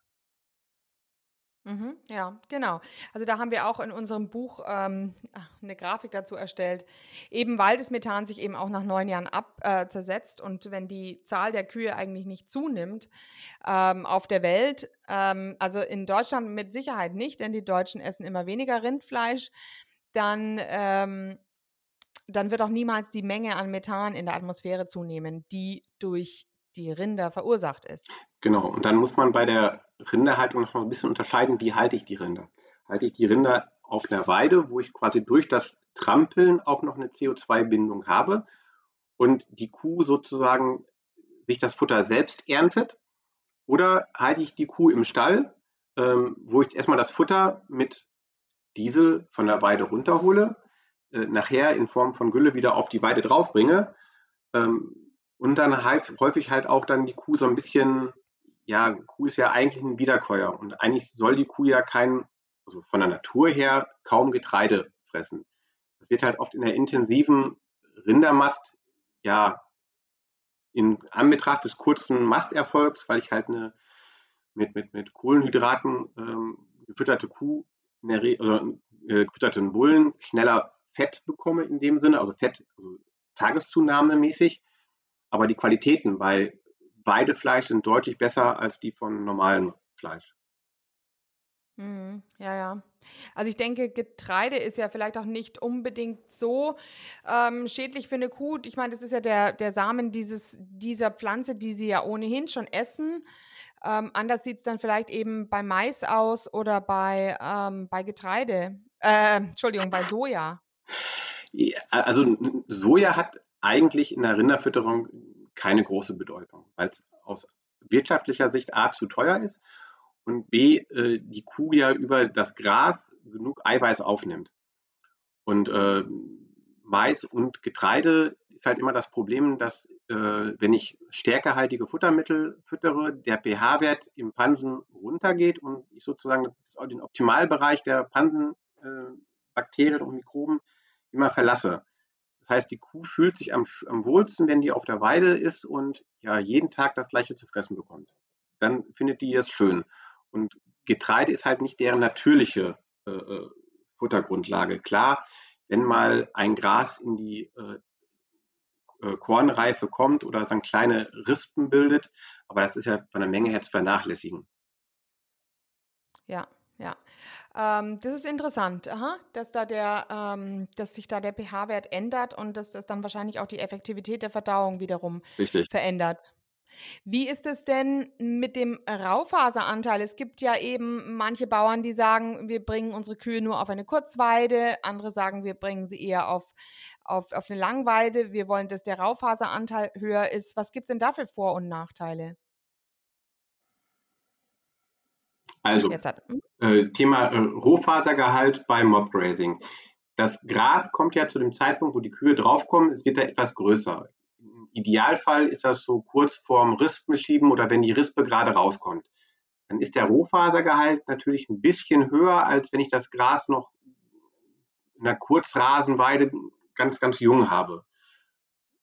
Ja, genau. Also da haben wir auch in unserem Buch eine Grafik dazu erstellt, eben weil das Methan sich eben auch nach 9 Jahren zersetzt und wenn die Zahl der Kühe eigentlich nicht zunimmt auf der Welt, also in Deutschland mit Sicherheit nicht, denn die Deutschen essen immer weniger Rindfleisch, dann wird auch niemals die Menge an Methan in der Atmosphäre zunehmen, die durch die Rinder verursacht ist. Genau, und dann muss man bei der Rinderhaltung noch mal ein bisschen unterscheiden, wie halte ich die Rinder? Halte ich die Rinder auf einer Weide, wo ich quasi durch das Trampeln auch noch eine CO2-Bindung habe und die Kuh sozusagen sich das Futter selbst erntet? Oder halte ich die Kuh im Stall, wo ich erstmal das Futter mit Diesel von der Weide runterhole, nachher in Form von Gülle wieder auf die Weide draufbringe und dann häufig halt auch dann die Kuh so ein bisschen, ja, Kuh ist ja eigentlich ein Wiederkäuer und eigentlich soll die Kuh ja also von der Natur her kaum Getreide fressen. Das wird halt oft in der intensiven Rindermast, ja, in Anbetracht des kurzen Masterfolgs, weil ich halt eine mit Kohlenhydraten gefütterte Kuh, gefütterten Bullen schneller Fett bekomme in dem Sinne, also Fett, also tageszunahmemäßig, aber die Qualitäten bei Weidefleisch sind deutlich besser als die von normalem Fleisch. Ja, ja. Also ich denke, Getreide ist ja vielleicht auch nicht unbedingt so schädlich für eine Kuh. Ich meine, das ist ja der Samen dieser Pflanze, die sie ja ohnehin schon essen. Anders sieht es dann vielleicht eben bei Mais aus oder bei Getreide. Entschuldigung, bei Soja. Ja, also Soja hat eigentlich in der Rinderfütterung keine große Bedeutung, weil es aus wirtschaftlicher Sicht A zu teuer ist und B die Kuh ja über das Gras genug Eiweiß aufnimmt. Und Mais und Getreide ist halt immer das Problem, dass wenn ich stärkehaltige Futtermittel füttere, der pH-Wert im Pansen runtergeht und ich sozusagen den Optimalbereich der Pansenbakterien und Mikroben immer verlasse. Das heißt, die Kuh fühlt sich am wohlsten, wenn die auf der Weide ist und ja jeden Tag das Gleiche zu fressen bekommt. Dann findet die es schön. Und Getreide ist halt nicht deren natürliche Futtergrundlage. Klar, wenn mal ein Gras in die Kornreife kommt oder dann kleine Rispen bildet, aber das ist ja von der Menge her zu vernachlässigen. Ja, ja. Das ist interessant, aha, dass sich da der pH-Wert ändert und dass das dann wahrscheinlich auch die Effektivität der Verdauung wiederum Richtig. verändert. Wie ist es denn mit dem Raufaseranteil? Es gibt ja eben manche Bauern, die sagen, wir bringen unsere Kühe nur auf eine Kurzweide. Andere sagen, wir bringen sie eher auf eine Langweide. Wir wollen, dass der Raufaseranteil höher ist. Was gibt es denn da für Vor- und Nachteile? Also, Thema Rohfasergehalt beim Mob-Grazing. Das Gras kommt ja zu dem Zeitpunkt, wo die Kühe draufkommen, es wird da etwas größer. Im Idealfall ist das so kurz vorm Rispenschieben oder wenn die Rispe gerade rauskommt. Dann ist der Rohfasergehalt natürlich ein bisschen höher, als wenn ich das Gras noch in einer Kurzrasenweide ganz, ganz jung habe.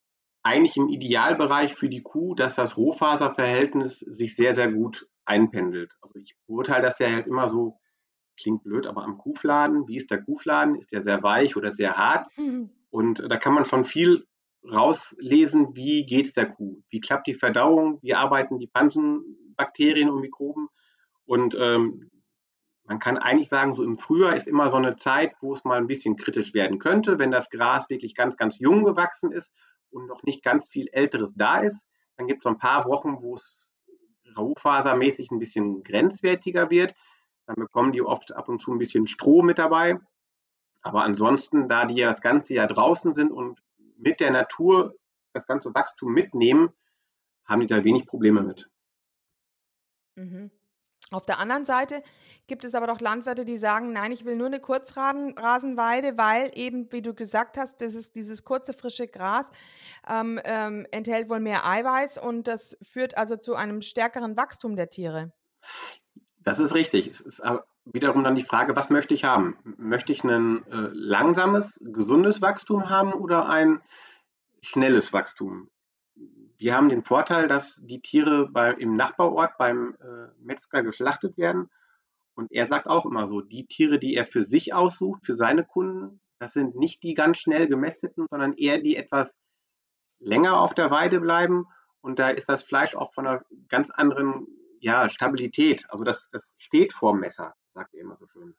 eigentlich im Idealbereich für die Kuh, dass das Rohfaserverhältnis sich sehr, sehr gut einpendelt. Also ich beurteile das ja halt immer so, klingt blöd, aber am Kuhfladen, wie ist der Kuhfladen? Ist der sehr weich oder sehr hart? Und da kann man schon viel rauslesen, wie geht es der Kuh? Wie klappt die Verdauung? Wie arbeiten die Pansenbakterien und Mikroben? Und man kann eigentlich sagen, so im Frühjahr ist immer so eine Zeit, wo es mal ein bisschen kritisch werden könnte, wenn das Gras wirklich ganz, ganz jung gewachsen ist und noch nicht ganz viel Älteres da ist. Dann gibt es so ein paar Wochen, wo es rohfasermäßig ein bisschen grenzwertiger wird. Dann bekommen die oft ab und zu ein bisschen Stroh mit dabei. Aber ansonsten, da die ja das ganze Jahr draußen sind und mit der Natur das ganze Wachstum mitnehmen, haben die da wenig Probleme mit. Mhm. Auf der anderen Seite gibt es aber doch Landwirte, die sagen, nein, ich will nur eine Kurzrasenweide, weil eben, wie du gesagt hast, dieses kurze, frische Gras enthält wohl mehr Eiweiß und das führt also zu einem stärkeren Wachstum der Tiere. Das ist richtig. Es ist aber wiederum dann die Frage, was möchte ich haben? Möchte ich ein langsames, gesundes Wachstum haben oder ein schnelles Wachstum? Wir haben den Vorteil, dass die Tiere im Nachbarort beim Metzger geschlachtet werden. Und er sagt auch immer so, die Tiere, die er für sich aussucht, für seine Kunden, das sind nicht die ganz schnell gemästeten, sondern eher die etwas länger auf der Weide bleiben. Und da ist das Fleisch auch von einer ganz anderen Stabilität. Also das steht vorm Messer, sagt er immer so schön.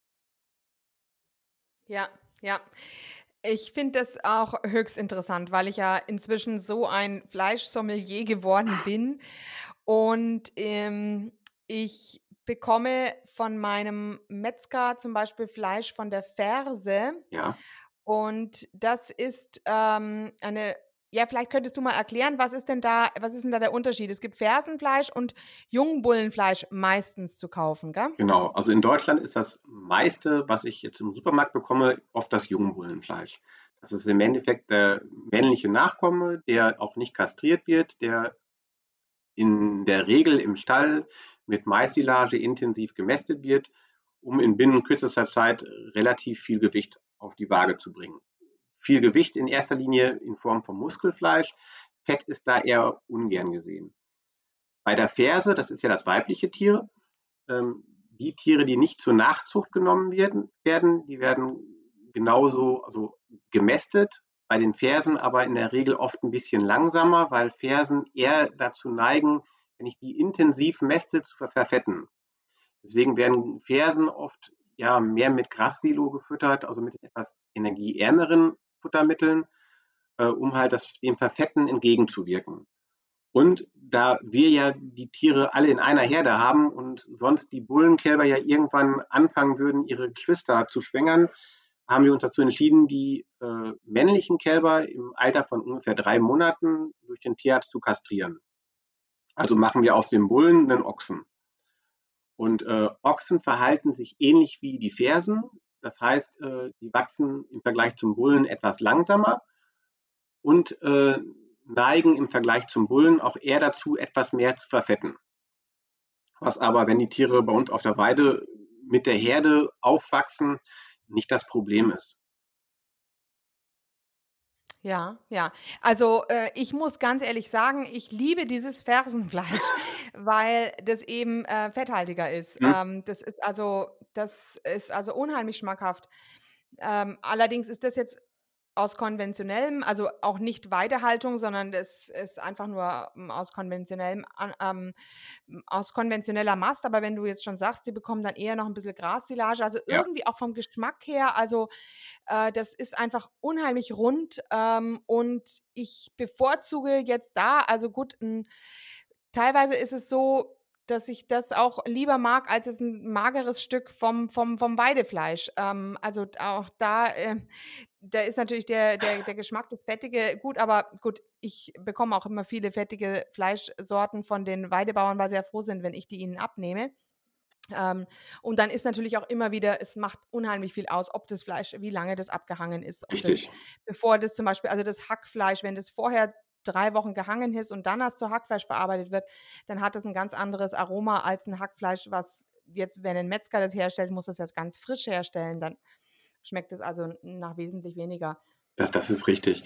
Ja, ja. Ich finde das auch höchst interessant, weil ich ja inzwischen so ein Fleischsommelier geworden bin und ich bekomme von meinem Metzger zum Beispiel Fleisch von der Ferse Ja, und das ist vielleicht könntest du mal erklären, was ist denn da der Unterschied? Es gibt Fersenfleisch und Jungbullenfleisch meistens zu kaufen, gell? genau. Also in Deutschland ist das meiste, was ich jetzt im Supermarkt bekomme, oft das Jungbullenfleisch. Das ist im Endeffekt der männliche Nachkomme, der auch nicht kastriert wird, der in der Regel im Stall mit Maissilage intensiv gemästet wird, um in binnen kürzester Zeit relativ viel Gewicht auf die Waage zu bringen. Viel Gewicht in erster Linie in Form von Muskelfleisch. Fett ist da eher ungern gesehen. Bei der Ferse, das ist ja das weibliche Tier, die Tiere, die nicht zur Nachzucht genommen werden, die werden genauso gemästet. Bei den Fersen aber in der Regel oft ein bisschen langsamer, weil Fersen eher dazu neigen, wenn ich die intensiv mäste, zu verfetten. Deswegen werden Fersen oft mehr mit Grassilo gefüttert, also mit etwas energieärmeren Futtermitteln, um halt dem Verfetten entgegenzuwirken. Und da wir ja die Tiere alle in einer Herde haben und sonst die Bullenkälber ja irgendwann anfangen würden, ihre Geschwister zu schwängern, haben wir uns dazu entschieden, die männlichen Kälber im Alter von ungefähr 3 Monaten durch den Tierarzt zu kastrieren. Also machen wir aus dem Bullen einen Ochsen. Und Ochsen verhalten sich ähnlich wie die Fersen. Das heißt, die wachsen im Vergleich zum Bullen etwas langsamer und neigen im Vergleich zum Bullen auch eher dazu, etwas mehr zu verfetten. Was aber, wenn die Tiere bei uns auf der Weide mit der Herde aufwachsen, nicht das Problem ist. Ja, ja. Also, ich muss ganz ehrlich sagen, ich liebe dieses Fersenfleisch, weil das eben, fetthaltiger ist. Hm? Das ist also unheimlich schmackhaft. Allerdings ist das jetzt aus konventionellem, also auch nicht Weidehaltung, sondern das ist einfach nur aus konventioneller Mast. Aber wenn du jetzt schon sagst, die bekommen dann eher noch ein bisschen Grassilage, also Ja, irgendwie auch vom Geschmack her, also das ist einfach unheimlich rund und ich bevorzuge jetzt da, also gut, teilweise ist es so, dass ich das auch lieber mag als jetzt ein mageres Stück vom Weidefleisch. Also auch da ist natürlich der Geschmack, das Fettige gut, aber gut, ich bekomme auch immer viele fettige Fleischsorten von den Weidebauern, weil sie ja froh sind, wenn ich die ihnen abnehme. Und dann ist natürlich auch immer wieder, es macht unheimlich viel aus, ob das Fleisch, wie lange das abgehangen ist, richtig. bevor das zum Beispiel, also das Hackfleisch, wenn das vorher 3 Wochen gehangen ist und dann erst zu Hackfleisch verarbeitet wird, dann hat das ein ganz anderes Aroma als ein Hackfleisch, was jetzt, wenn ein Metzger das herstellt, muss das jetzt ganz frisch herstellen, dann schmeckt es also nach wesentlich weniger. Das ist richtig.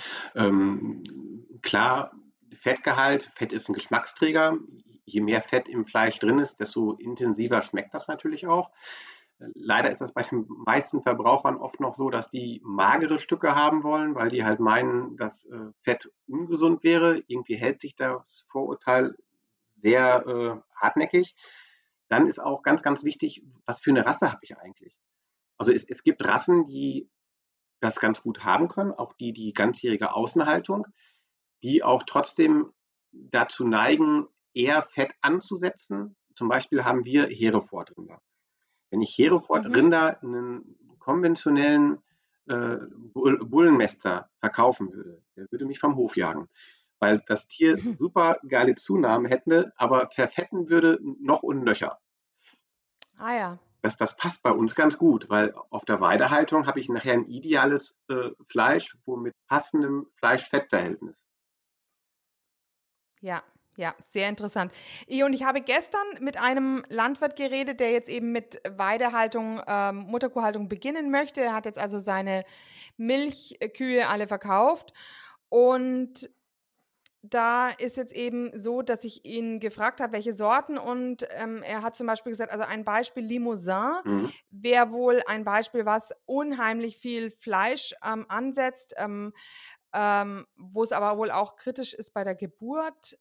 Klar, Fett ist ein Geschmacksträger. Je mehr Fett im Fleisch drin ist, desto intensiver schmeckt das natürlich auch. Leider ist das bei den meisten Verbrauchern oft noch so, dass die magere Stücke haben wollen, weil die halt meinen, dass Fett ungesund wäre. Irgendwie hält sich das Vorurteil sehr hartnäckig. Dann ist auch ganz, ganz wichtig, was für eine Rasse habe ich eigentlich? Also es gibt Rassen, die das ganz gut haben können, auch die ganzjährige Außenhaltung, die auch trotzdem dazu neigen, eher Fett anzusetzen. Zum Beispiel haben wir Herefordrinder. Wenn ich Mhm. Herefordrinder einen konventionellen Bullenmäster verkaufen würde, der würde mich vom Hof jagen, weil das Tier super geile Zunahmen hätte, aber verfetten würde noch und nöcher. Ah ja. Das passt bei uns ganz gut, weil auf der Weidehaltung habe ich nachher ein ideales Fleisch, wo mit passendem Fleisch-Fett-Verhältnis. Ja, ja, sehr interessant. Und ich habe gestern mit einem Landwirt geredet, der jetzt eben mit Weidehaltung, Mutterkuhhaltung beginnen möchte. Er hat jetzt also seine Milchkühe alle verkauft. Und da ist jetzt eben so, dass ich ihn gefragt habe, welche Sorten. Und er hat zum Beispiel gesagt, also ein Beispiel Limousin Mhm. wäre wohl ein Beispiel, was unheimlich viel Fleisch ansetzt. Wo es aber wohl auch kritisch ist bei der Geburt,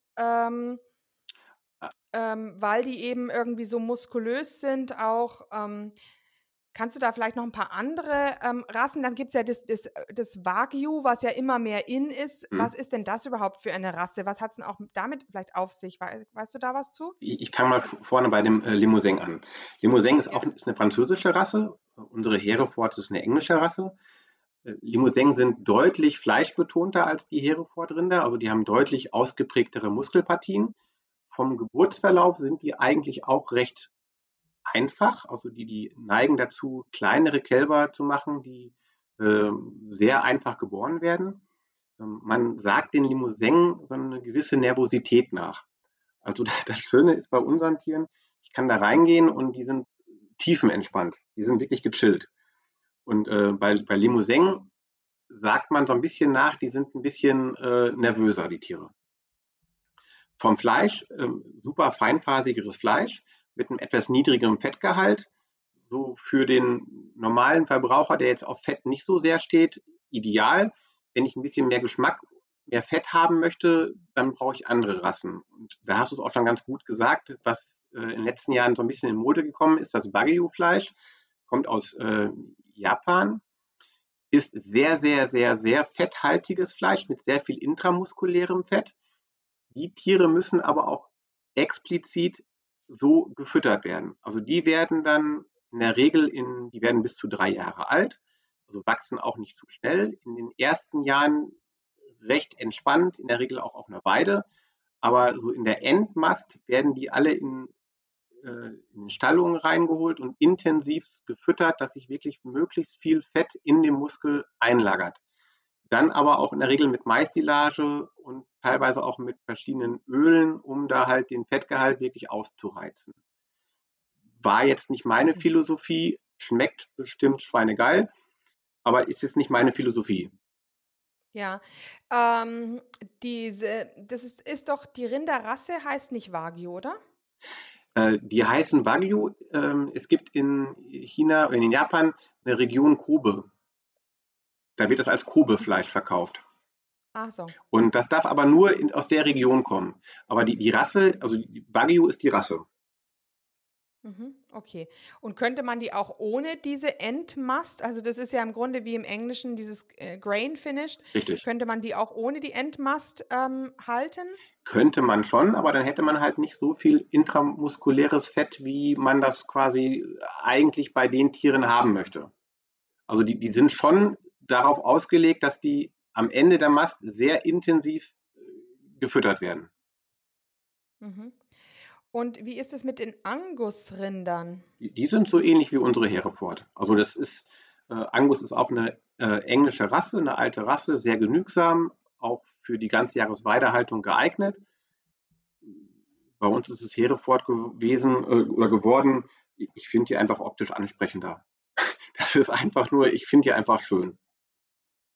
weil die eben irgendwie so muskulös sind auch. Kannst du da vielleicht noch ein paar andere Rassen? Dann gibt es ja das Wagyu, was ja immer mehr in ist. Mhm. Was ist denn das überhaupt für eine Rasse? Was hat es denn auch damit vielleicht auf sich? Weißt du da was zu? Ich fange mal vorne bei dem Limousin an. Limousin ist Ja. auch ist eine französische Rasse. Unsere Hereford ist eine englische Rasse. Limousin sind deutlich fleischbetonter als die Hereford-Rinder, also die haben deutlich ausgeprägtere Muskelpartien. Vom Geburtsverlauf sind die eigentlich auch recht einfach, also die neigen dazu, kleinere Kälber zu machen, die sehr einfach geboren werden. Man sagt den Limousin so eine gewisse Nervosität nach. Also das Schöne ist bei unseren Tieren, ich kann da reingehen und die sind tiefenentspannt. Die sind wirklich gechillt. Und bei Limousin sagt man so ein bisschen nach, die sind ein bisschen nervöser, die Tiere. Vom Fleisch, super feinfasigeres Fleisch mit einem etwas niedrigeren Fettgehalt. So für den normalen Verbraucher, der jetzt auf Fett nicht so sehr steht, ideal. Wenn ich ein bisschen mehr Geschmack, mehr Fett haben möchte, dann brauche ich andere Rassen. Und da hast du es auch schon ganz gut gesagt, was in den letzten Jahren so ein bisschen in Mode gekommen ist, das Wagyu-Fleisch, kommt aus Japan, ist sehr, sehr, sehr, sehr fetthaltiges Fleisch mit sehr viel intramuskulärem Fett. Die Tiere müssen aber auch explizit so gefüttert werden. Also die werden dann in der Regel die werden bis zu 3 Jahre alt, also wachsen auch nicht zu schnell. In den ersten Jahren recht entspannt, in der Regel auch auf einer Weide. Aber so in der Endmast werden die alle in Stallungen reingeholt und intensiv gefüttert, dass sich wirklich möglichst viel Fett in dem Muskel einlagert. Dann aber auch in der Regel mit Maissilage und teilweise auch mit verschiedenen Ölen, um da halt den Fettgehalt wirklich auszureizen. War jetzt nicht meine Philosophie, schmeckt bestimmt schweinegeil, aber ist jetzt nicht meine Philosophie. Ja. Das ist doch die Rinderrasse heißt nicht Wagyu, oder? Die heißen Wagyu. Es gibt in China, in Japan eine Region Kobe. Da wird das als Kobe-Fleisch verkauft. Ach so. Und das darf aber nur aus der Region kommen. Aber die Rasse, also die Wagyu ist die Rasse. Mhm, okay. Und könnte man die auch ohne diese Endmast, also das ist ja im Grunde wie im Englischen dieses Grain Finished, Richtig. könnte man die auch ohne die Endmast halten? Könnte man schon, aber dann hätte man halt nicht so viel intramuskuläres Fett, wie man das quasi eigentlich bei den Tieren haben möchte. Also die sind schon darauf ausgelegt, dass die am Ende der Mast sehr intensiv gefüttert werden. Mhm. Und wie ist es mit den Angusrindern? Die sind so ähnlich wie unsere Hereford. Also Angus ist auch eine englische Rasse, eine alte Rasse, sehr genügsam, auch für die Ganzjahresweidehaltung geeignet. Bei uns ist es Hereford gewesen oder geworden. Ich finde die einfach optisch ansprechender. Das ist einfach nur, ich finde die einfach schön.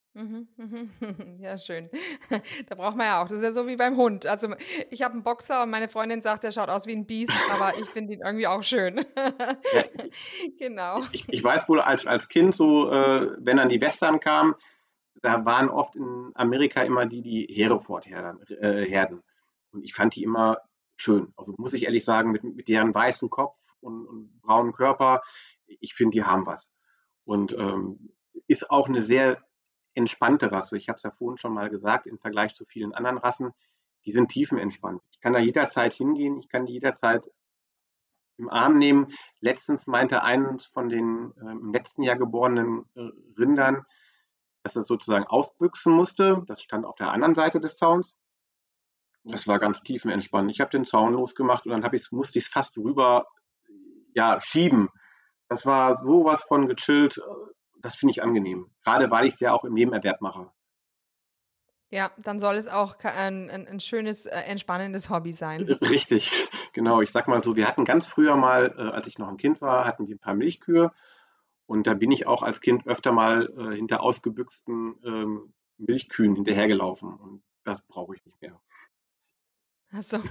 Mhm, mhm. Ja, schön. Da braucht man ja auch. Das ist ja so wie beim Hund. Also ich habe einen Boxer und meine Freundin sagt, der schaut aus wie ein Biest, aber ich finde ihn irgendwie auch schön. Ja, Genau. ich weiß wohl als Kind so, wenn dann die Western kamen, da waren oft in Amerika immer die Hereford-Herden. Und ich fand die immer schön. Also muss ich ehrlich sagen, mit deren weißen Kopf und braunen Körper, ich finde, die haben was. Und ist auch eine sehr entspannte Rasse. Ich habe es ja vorhin schon mal gesagt, im Vergleich zu vielen anderen Rassen, die sind tiefenentspannt. Ich kann da jederzeit hingehen, ich kann die jederzeit im Arm nehmen. Letztens meinte eines von den im letzten Jahr geborenen Rindern, dass es sozusagen ausbüchsen musste. Das stand auf der anderen Seite des Zauns. Das war ganz tiefenentspannt. Ich habe den Zaun losgemacht und dann musste ich es fast rüber ja, schieben. Das war sowas von gechillt. Das finde ich angenehm. Gerade weil ich es ja auch im Nebenerwerb mache. Ja, dann soll es auch ein schönes, entspannendes Hobby sein. Richtig, genau. Ich sag mal so, wir hatten ganz früher mal, als ich noch ein Kind war, hatten wir ein paar Milchkühe. Und da bin ich auch als Kind öfter mal hinter ausgebüxten Milchkühen hinterhergelaufen. Und das brauche ich nicht mehr. Ach so.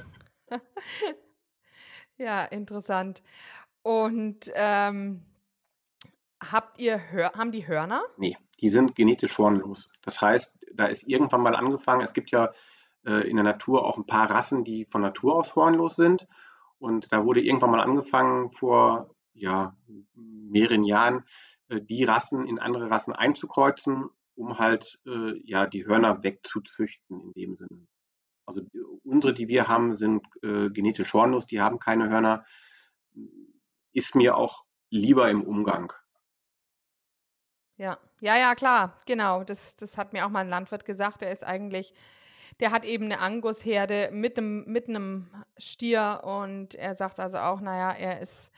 Ja, interessant. Und, haben die Hörner? Nee, die sind genetisch hornlos. Das heißt, da ist irgendwann mal angefangen, es gibt ja in der Natur auch ein paar Rassen, die von Natur aus hornlos sind. Und da wurde irgendwann mal angefangen, vor ja, mehreren Jahren, die Rassen in andere Rassen einzukreuzen, um halt ja, die Hörner wegzuzüchten in dem Sinne. Also unsere, die wir haben, sind genetisch hornlos, die haben keine Hörner. Ist mir auch lieber im Umgang. Ja. Ja, ja, klar, genau. Das hat mir auch mal ein Landwirt gesagt. Der hat eben 'ne Angus-Herde mit 'nem Stier und er sagt also auch, na ja, er ist,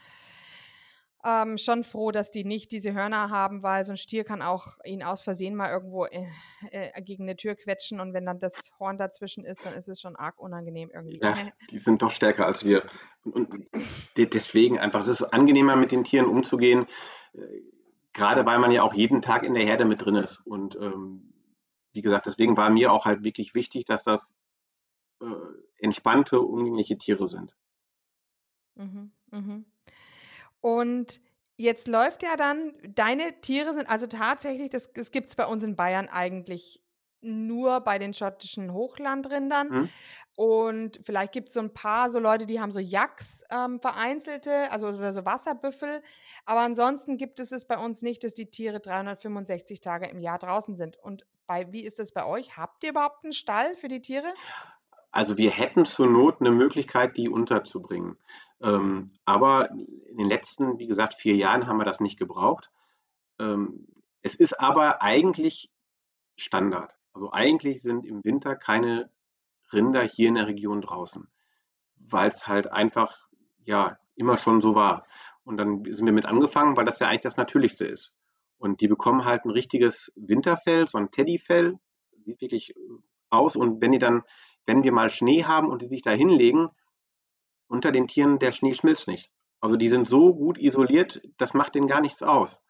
schon froh, dass die nicht diese Hörner haben, weil so 'n Stier kann auch ihn aus Versehen mal irgendwo, gegen 'ne Tür quetschen und wenn dann das Horn dazwischen ist, dann ist es schon arg unangenehm irgendwie. Ja, die sind doch stärker als wir. Und deswegen einfach, es ist angenehmer, mit den Tieren umzugehen, äh, gerade weil man ja auch jeden Tag in der Herde mit drin ist. Und wie gesagt, deswegen war mir auch halt wirklich wichtig, dass das äh, entspannte, umgängliche Tiere sind. Mhm, mhm. Und jetzt läuft ja dann deine Tiere sind also tatsächlich das gibt's bei uns in Bayern eigentlich nur bei den schottischen Hochlandrindern. Hm? Und vielleicht gibt's so ein paar so Leute, die haben so Yaks, vereinzelte, also oder so Wasserbüffel. Aber ansonsten gibt es bei uns nicht, dass die Tiere 365 Tage im Jahr draußen sind. Und wie ist das bei euch? Habt ihr überhaupt einen Stall für die Tiere? Also wir hätten zur Not eine Möglichkeit, die unterzubringen. Aber in den letzten, wie gesagt, 4 Jahren haben wir das nicht gebraucht. Es ist aber eigentlich Standard. Also eigentlich sind im Winter keine Rinder hier in der Region draußen, weil es halt einfach ja immer schon so war. Und dann sind wir mit angefangen, weil das ja eigentlich das Natürlichste ist. Und die bekommen halt ein richtiges Winterfell, so ein Teddyfell, sieht wirklich aus. Und wenn wir mal Schnee haben und die sich da hinlegen, unter den Tieren, der Schnee schmilzt nicht. Also die sind so gut isoliert, das macht denen gar nichts aus.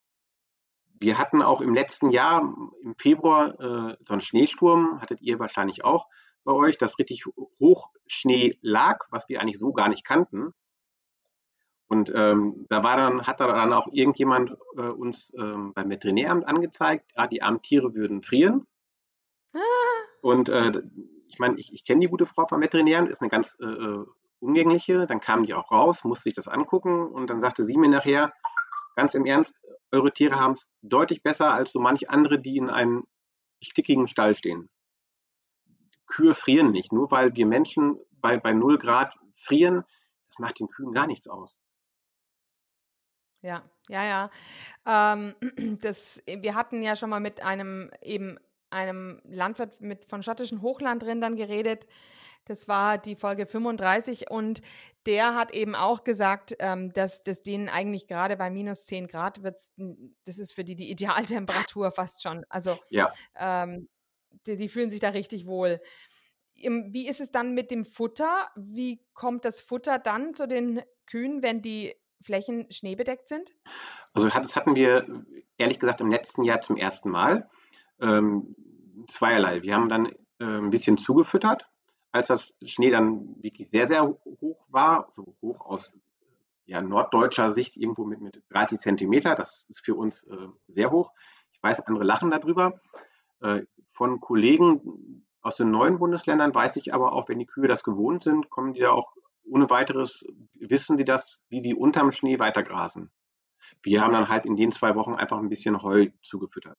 Wir hatten auch im letzten Jahr im Februar so einen Schneesturm, hattet ihr wahrscheinlich auch bei euch, dass richtig Hochschnee lag, was wir eigentlich so gar nicht kannten. Und hat da dann auch irgendjemand uns beim Veterinäramt angezeigt, die armen Tiere würden frieren. Und ich meine, ich kenne die gute Frau vom Veterinäramt, ist eine ganz umgängliche. Dann kam die auch raus, musste sich das angucken und dann sagte sie mir nachher, ganz im Ernst, eure Tiere haben es deutlich besser als so manch andere, die in einem stickigen Stall stehen. Kühe frieren nicht, nur weil wir Menschen bei 0 Grad frieren, das macht den Kühen gar nichts aus. Ja, ja, ja. Wir hatten ja schon mal mit einem Landwirt von schottischen Hochlandrindern geredet. Das war die Folge 35 und der hat eben auch gesagt, dass denen eigentlich gerade bei minus 10 Grad das ist für die Idealtemperatur fast schon. Also Ja, die fühlen sich da richtig wohl. Wie ist es dann mit dem Futter? Wie kommt das Futter dann zu den Kühen, wenn die Flächen schneebedeckt sind? also das hatten wir ehrlich gesagt im letzten Jahr zum ersten Mal. Zweierlei. Wir haben dann ein bisschen zugefüttert, als das Schnee dann wirklich sehr, sehr hoch war, so hoch aus norddeutscher Sicht irgendwo mit 30 Zentimeter. Das ist für uns sehr hoch. Ich weiß, andere lachen darüber. Von Kollegen aus den neuen Bundesländern weiß ich aber auch, wenn die Kühe das gewohnt sind, kommen die ja auch ohne weiteres, wissen die das, wie die unterm Schnee weitergrasen. Wir haben dann halt in den 2 Wochen einfach ein bisschen Heu zugefüttert.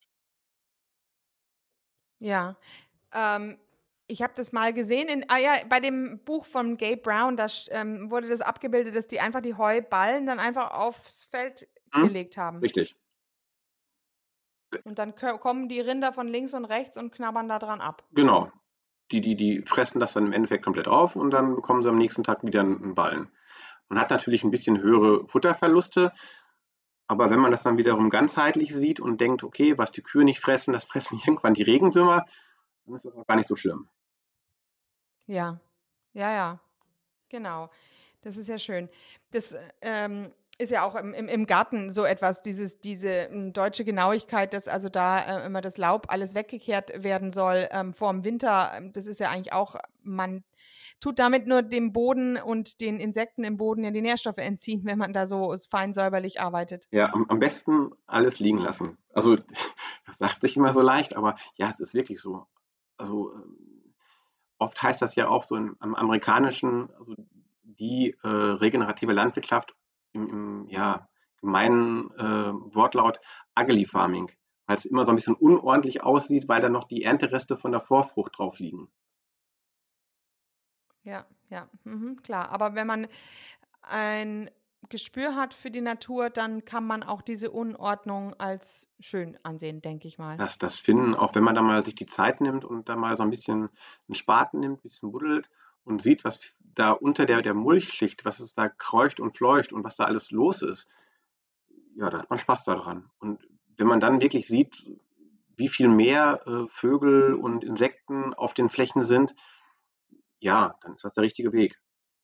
Ja. Ich habe das mal gesehen bei dem Buch von Gabe Brown, da wurde das abgebildet, dass die einfach die Heuballen dann einfach aufs Feld gelegt haben. Richtig. Und dann kommen die Rinder von links und rechts und knabbern da dran ab. Genau. Die fressen das dann im Endeffekt komplett auf und dann bekommen sie am nächsten Tag wieder einen Ballen. Man hat natürlich ein bisschen höhere Futterverluste, aber wenn man das dann wiederum ganzheitlich sieht und denkt, okay, was die Kühe nicht fressen, das fressen irgendwann die Regenwürmer, dann ist das auch gar nicht so schlimm. Ja, ja, genau. Das ist ja schön. Das ist ja auch im Garten so etwas, diese deutsche Genauigkeit, dass also da immer das Laub alles weggekehrt werden soll vor dem Winter. Das ist ja eigentlich auch, man tut damit nur dem Boden und den Insekten im Boden ja die Nährstoffe entziehen, wenn man da so fein säuberlich arbeitet. Ja, am besten alles liegen lassen. Also, das sagt sich immer so leicht, aber ja, es ist wirklich so. Also, oft heißt das ja auch so am amerikanischen, also die regenerative Landwirtschaft im gemeinen Wortlaut Ugly Farming, weil es immer so ein bisschen unordentlich aussieht, weil da noch die Erntereste von der Vorfrucht drauf liegen. Ja, klar. Aber wenn man ein Gespür hat für die Natur, dann kann man auch diese Unordnung als schön ansehen, denke ich mal. Das finden, auch wenn man da mal sich die Zeit nimmt und da mal so ein bisschen einen Spaten nimmt, ein bisschen buddelt und sieht, was da unter der Mulchschicht, was es da kreucht und fleucht und was da alles los ist. Ja, da hat man Spaß daran. Und wenn man dann wirklich sieht, wie viel mehr Vögel und Insekten auf den Flächen sind, ja, dann ist das der richtige Weg.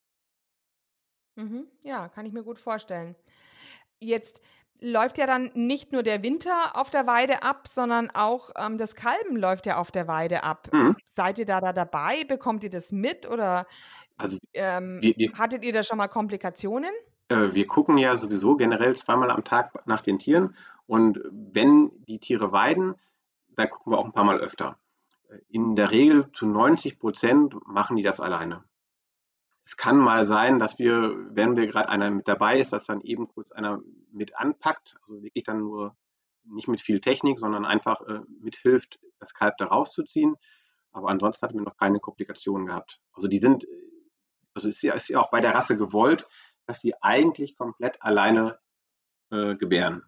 Ja, kann ich mir gut vorstellen. Jetzt läuft ja dann nicht nur der Winter auf der Weide ab, sondern auch das Kalben läuft ja auf der Weide ab. Mhm. Seid ihr da dabei? Bekommt ihr das mit oder Also wir, hattet ihr da schon mal Komplikationen? wir gucken ja sowieso generell zweimal am Tag nach den Tieren und wenn die Tiere weiden, dann gucken wir auch ein paar Mal öfter. In der Regel zu 90% machen die das alleine. Es kann mal sein, dass wir, wenn wir gerade einer mit dabei ist, dass dann eben kurz einer mit anpackt, also wirklich dann nur nicht mit viel Technik, sondern einfach mithilft, das Kalb da rauszuziehen. Aber ansonsten hatten wir noch keine Komplikationen gehabt. Also die sind, also ist ja auch bei der Rasse gewollt, dass die eigentlich komplett alleine gebären.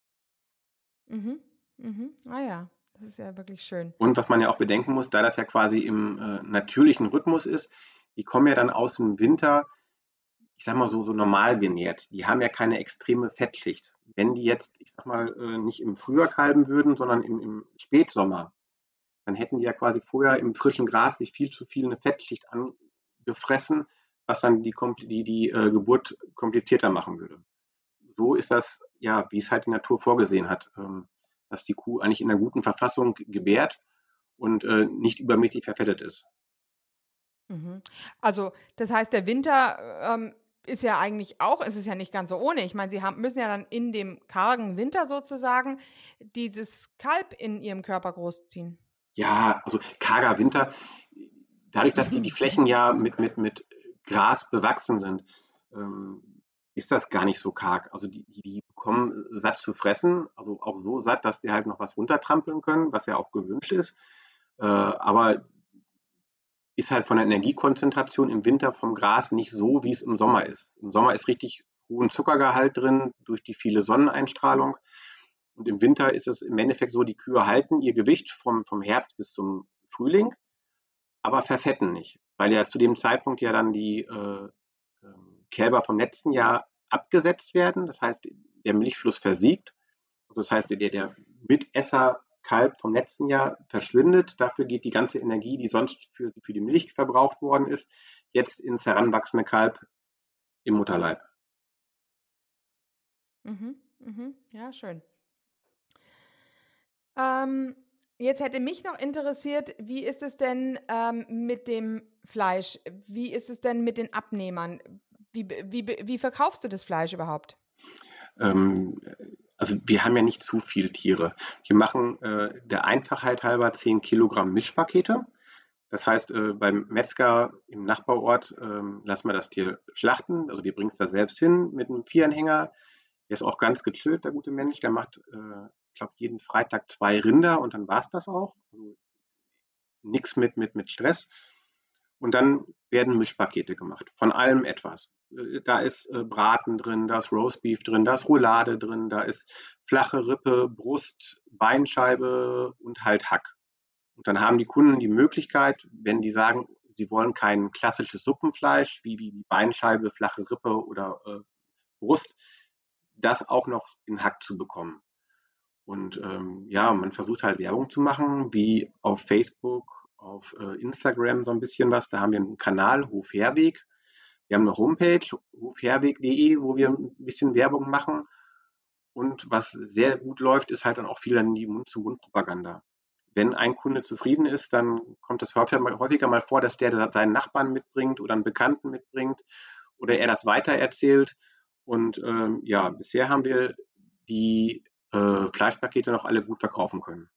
Ah ja, das ist ja wirklich schön. Und was man ja auch bedenken muss, da das ja quasi im natürlichen Rhythmus ist, die kommen ja dann aus dem Winter, ich sag mal so normal genährt. Die haben ja keine extreme Fettschicht. Wenn die jetzt, ich sag mal, nicht im Frühjahr kalben würden, sondern im Spätsommer, dann hätten die ja quasi vorher im frischen Gras sich viel zu viel eine Fettschicht angefressen, was dann die Geburt komplizierter machen würde. So ist das, ja, wie es halt die Natur vorgesehen hat, dass die Kuh eigentlich in einer guten Verfassung gebärt und nicht übermäßig verfettet ist. Also, das heißt, der Winter ist ja eigentlich auch, es ist ja nicht ganz so ohne. Ich meine, müssen ja dann in dem kargen Winter sozusagen dieses Kalb in ihrem Körper großziehen. Ja, also karger Winter, dadurch, dass die Flächen ja mit Gras bewachsen sind, ist das gar nicht so karg. Also die bekommen satt zu fressen, also auch so satt, dass die halt noch was runtertrampeln können, was ja auch gewünscht ist. Aber ist halt von der Energiekonzentration im Winter vom Gras nicht so, wie es im Sommer ist. Im Sommer ist richtig hohen Zuckergehalt drin durch die viele Sonneneinstrahlung. Und im Winter ist es im Endeffekt so, die Kühe halten ihr Gewicht vom Herbst bis zum Frühling, aber verfetten nicht, weil ja zu dem Zeitpunkt ja dann die Kälber vom letzten Jahr abgesetzt werden. Das heißt, der Milchfluss versiegt. Also das heißt, der Mitesser Kalb vom letzten Jahr verschwindet. Dafür geht die ganze Energie, die sonst für die Milch verbraucht worden ist, jetzt ins heranwachsende Kalb im Mutterleib. Ja, schön. Jetzt hätte mich noch interessiert, wie ist es denn mit dem Fleisch? Wie ist es denn mit den Abnehmern? Wie verkaufst du das Fleisch überhaupt? Ähm, also wir haben ja nicht zu viel Tiere. Wir machen der Einfachheit halber 10 Kilogramm Mischpakete. Das heißt, beim Metzger im Nachbarort lassen wir das Tier schlachten. Also wir bringen es da selbst hin mit einem Vieranhänger. Der ist auch ganz gechillt, der gute Mensch. Der macht, ich glaube, jeden Freitag 2 Rinder und dann war es das auch. Also nichts mit Stress. Und dann werden Mischpakete gemacht, von allem etwas. Da ist Braten drin, da ist Roastbeef drin, da ist Roulade drin, da ist flache Rippe, Brust, Beinscheibe und halt Hack. Und dann haben die Kunden die Möglichkeit, wenn die sagen, sie wollen kein klassisches Suppenfleisch wie Beinscheibe, flache Rippe oder Brust, das auch noch in Hack zu bekommen. Und ja, man versucht halt Werbung zu machen, wie auf Facebook, auf Instagram so ein bisschen was. Da haben wir einen Kanal, Hof Herweg. Wir haben eine Homepage, hofherweg.de, wo wir ein bisschen Werbung machen. Und was sehr gut läuft, ist halt dann auch viel dann die Mund-zu-Mund-Propaganda. Wenn ein Kunde zufrieden ist, dann kommt es häufiger mal vor, dass der seinen Nachbarn mitbringt oder einen Bekannten mitbringt oder er das weitererzählt. Und ja, bisher haben wir die Fleischpakete noch alle gut verkaufen können.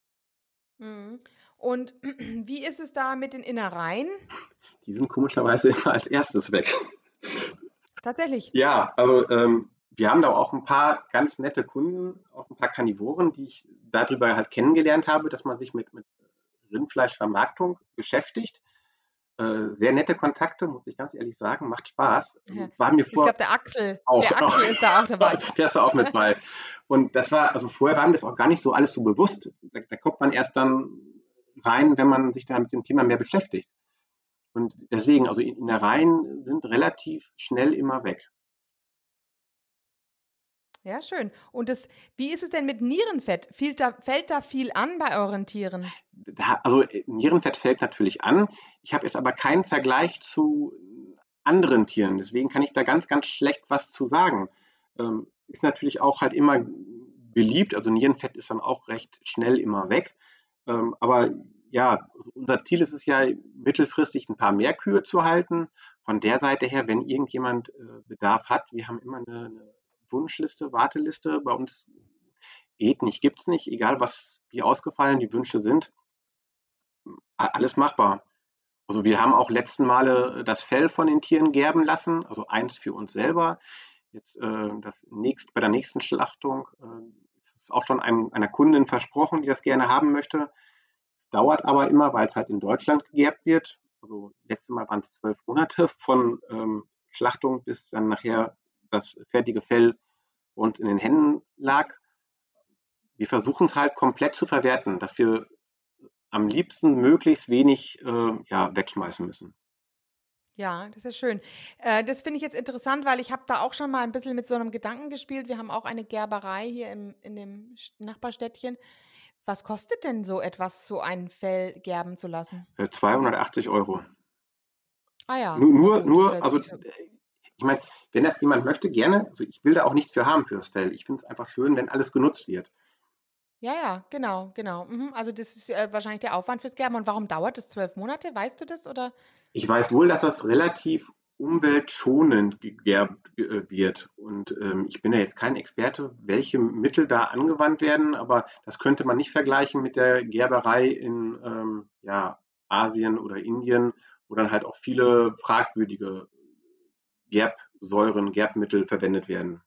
Mhm. Und wie ist es da mit den Innereien? Die sind komischerweise immer als erstes weg. Tatsächlich. Ja, also wir haben da auch ein paar ganz nette Kunden, auch ein paar Karnivoren, die ich darüber halt kennengelernt habe, dass man sich mit Rindfleischvermarktung beschäftigt. Sehr nette Kontakte, muss ich ganz ehrlich sagen, macht Spaß. Also, war mir Ich glaube, vor der Axel auch, ist da auch dabei. der ist da auch mit bei. Und das war, also vorher war mir das auch gar nicht so alles so bewusst. Da kommt man erst dann rein, wenn man sich da mit dem Thema mehr beschäftigt. Und deswegen, also Innereien sind relativ schnell immer weg. Ja, schön. Und wie ist es denn mit Nierenfett? Fällt da viel an bei euren Tieren? Also Nierenfett fällt natürlich an. Ich habe jetzt aber keinen Vergleich zu anderen Tieren. Deswegen kann ich da ganz, ganz schlecht was zu sagen. Ist natürlich auch halt immer beliebt. Also Nierenfett ist dann auch recht schnell immer weg. Aber ja, also unser Ziel ist es ja, mittelfristig ein paar mehr Kühe zu halten. Von der Seite her, wenn irgendjemand Bedarf hat, wir haben immer eine Wunschliste, Warteliste. Bei uns geht nicht, gibt's nicht, egal wie ausgefallen die Wünsche sind, alles machbar. Also wir haben auch letzten Male das Fell von den Tieren gerben lassen, also eins für uns selber. Jetzt bei der nächsten Schlachtung ist es auch schon einer Kundin versprochen, die das gerne haben möchte. Es dauert aber immer, weil es halt in Deutschland gegerbt wird. Also letztes Mal waren es 12 Monate von Schlachtung, bis dann nachher das fertige Fell bei uns in den Händen lag. Wir versuchen es halt komplett zu verwerten, dass wir am liebsten möglichst wenig ja, wegschmeißen müssen. Ja, das ist schön. Das finde ich jetzt interessant, weil ich habe da auch schon mal ein bisschen mit so einem Gedanken gespielt. Wir haben auch eine Gerberei hier in dem Nachbarstädtchen. Was kostet denn so etwas, so ein Fell gerben zu lassen? 280 Euro. Ah ja, na gut, das ist jetzt Also nicht so. ich meine, wenn das jemand möchte, gerne. Also ich will da auch nichts für haben für das Fell. Ich finde es einfach schön, wenn alles genutzt wird. Ja, ja, genau, genau. Mhm. Also das ist wahrscheinlich der Aufwand fürs Gerben. Und warum dauert es 12 Monate? Weißt du das? Oder? Ich weiß wohl, dass das relativ umweltschonend gegerbt wird. Und ich bin ja jetzt kein Experte, welche Mittel da angewandt werden, aber das könnte man nicht vergleichen mit der Gerberei in ja, Asien oder Indien, wo dann halt auch viele fragwürdige Gerbmittel verwendet werden.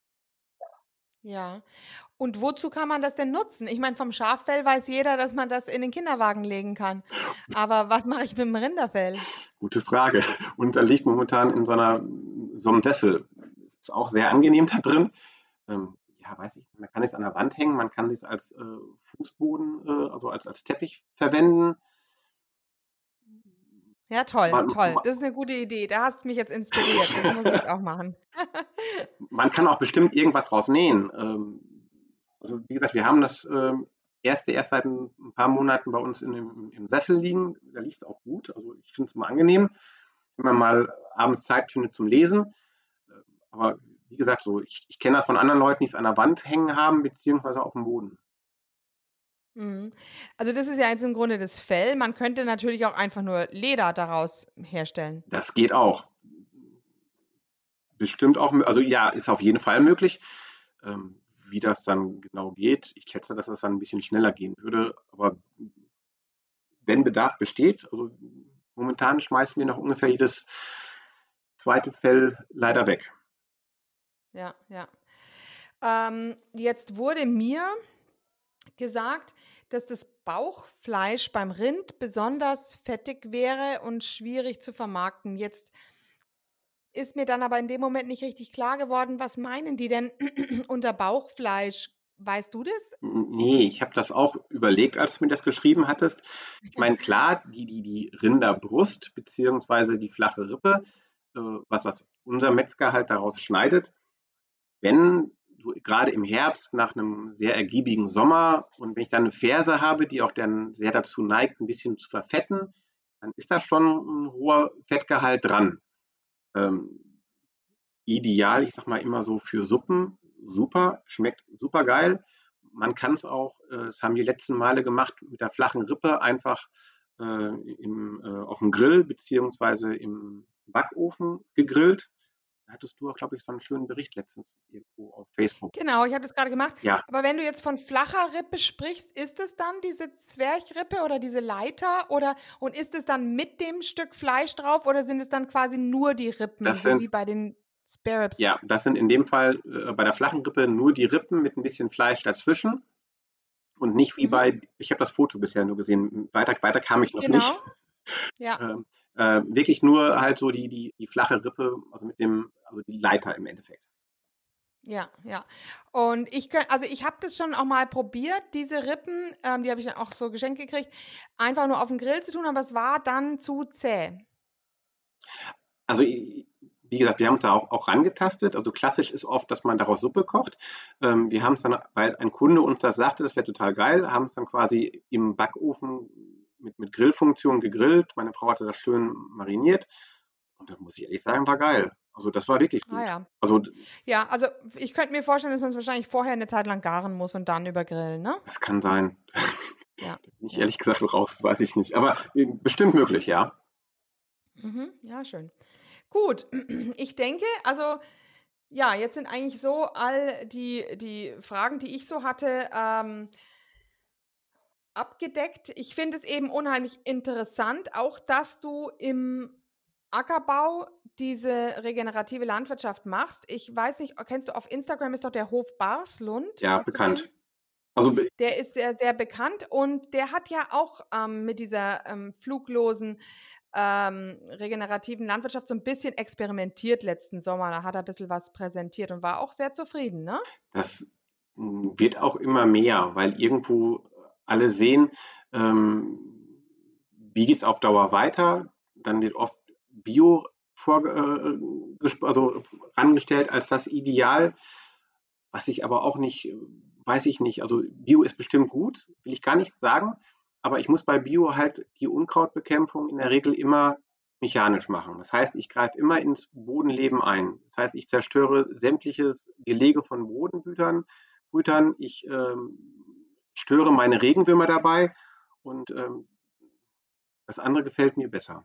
Ja. Und wozu kann man das denn nutzen? Ich meine, vom Schaffell weiß jeder, dass man das in den Kinderwagen legen kann. Aber was mache ich mit dem Rinderfell? Gute Frage. Und da liegt momentan in so einem Sessel. Ist auch sehr angenehm da drin. Ja, weiß ich, man kann es an der Wand hängen, man kann es als Fußboden, also als Teppich verwenden. Ja, toll, Man, toll. Das ist eine gute Idee. Da hast du mich jetzt inspiriert. Das muss ich jetzt auch machen. man kann auch bestimmt irgendwas rausnähen. Also wie gesagt, wir haben das erst seit ein paar Monaten bei uns im Sessel liegen. Da liegt es auch gut. Also ich finde es mal angenehm, wenn man mal abends Zeit findet zum Lesen. Aber wie gesagt, so ich kenne das von anderen Leuten, die es an der Wand hängen haben, beziehungsweise auf dem Boden. Mhm. Also das ist ja jetzt im Grunde das Fell. Man könnte natürlich auch einfach nur Leder daraus herstellen. Das geht auch. Bestimmt auch, also ja, ist auf jeden Fall möglich. Wie das dann genau geht, ich schätze, dass das dann ein bisschen schneller gehen würde. Aber wenn Bedarf besteht, also momentan schmeißen wir noch ungefähr jedes zweite Fell leider weg. Ja, ja. Jetzt wurde mir gesagt, dass das Bauchfleisch beim Rind besonders fettig wäre und schwierig zu vermarkten. Jetzt ist mir dann aber in dem Moment nicht richtig klar geworden, was meinen die denn unter Bauchfleisch? Weißt du das? Nee, ich habe das auch überlegt, als du mir das geschrieben hattest. Ich meine, klar, die Rinderbrust beziehungsweise die flache Rippe, was unser Metzger halt daraus schneidet, wenn du gerade im Herbst nach einem sehr ergiebigen Sommer und wenn ich dann eine Ferse habe, die auch dann sehr dazu neigt, ein bisschen zu verfetten, dann ist da schon ein hoher Fettgehalt dran. Ähm, ideal, ich sag mal immer so für Suppen, super, schmeckt super geil. Man kann es auch, das haben die letzten Male gemacht, mit der flachen Rippe einfach auf dem Grill beziehungsweise im Backofen gegrillt. Da hattest du auch, glaube ich, so einen schönen Bericht letztens irgendwo auf Facebook. Genau, ich habe das gerade gemacht. Ja, Aber wenn du jetzt von flacher Rippe sprichst, ist es dann diese Zwerchrippe oder diese Leiter und ist es dann mit dem Stück Fleisch drauf oder sind es dann quasi nur die Rippen, das so sind, wie bei den Spare Ribs? ja, das sind in dem Fall bei der flachen Rippe nur die Rippen mit ein bisschen Fleisch dazwischen und nicht wie Mhm, ich habe das Foto bisher nur gesehen, weiter kam ich noch nicht. genau, ja. Ähm, wirklich nur halt so die flache Rippe, also also die Leiter im Endeffekt. Ja, ja. Und also ich habe das schon auch mal probiert, diese Rippen, die habe ich dann auch so geschenkt gekriegt, einfach nur auf den Grill zu tun, aber es war dann zu zäh. Also wie gesagt, wir haben uns da auch rangetastet. Also klassisch ist oft, dass man daraus Suppe kocht. Wir haben es dann, weil ein Kunde uns das sagte, das wäre total geil, haben es dann quasi im Backofen mit Grillfunktion gegrillt. Meine Frau hatte das schön mariniert. Und da muss ich ehrlich sagen, war geil. Also das war wirklich Ah gut. ja. Also Ja, also ich könnte mir vorstellen, dass man es wahrscheinlich vorher eine Zeit lang garen muss und dann übergrillen, ne? das kann sein. Ja, Da bin ich ja. ehrlich gesagt raus, weiß ich nicht. Aber bestimmt möglich, ja. Mhm, ja, schön. Gut, ich denke, also ja, jetzt sind eigentlich so all die Fragen, die ich so hatte, abgedeckt. Ich finde es eben unheimlich interessant, auch dass du im Ackerbau diese regenerative Landwirtschaft machst. Ich weiß nicht, kennst du auf Instagram ist doch der Hof Barslund, Ja, hast du den? bekannt. Also Der ist sehr, sehr bekannt und der hat ja auch mit dieser fluglosen regenerativen Landwirtschaft so ein bisschen experimentiert letzten Sommer. Da hat er ein bisschen was präsentiert und war auch sehr zufrieden, ne? das wird auch immer mehr, weil irgendwo alle sehen, wie geht es auf Dauer weiter. Dann wird oft Bio also rangestellt als das Ideal, was ich aber auch nicht, weiß ich nicht. Also Bio ist bestimmt gut, will ich gar nicht sagen, aber ich muss bei Bio halt die Unkrautbekämpfung in der Regel immer mechanisch machen. Das heißt, ich greife immer ins Bodenleben ein. Das heißt, ich zerstöre sämtliches Gelege von Brütern, ich störe meine Regenwürmer dabei und das andere gefällt mir besser.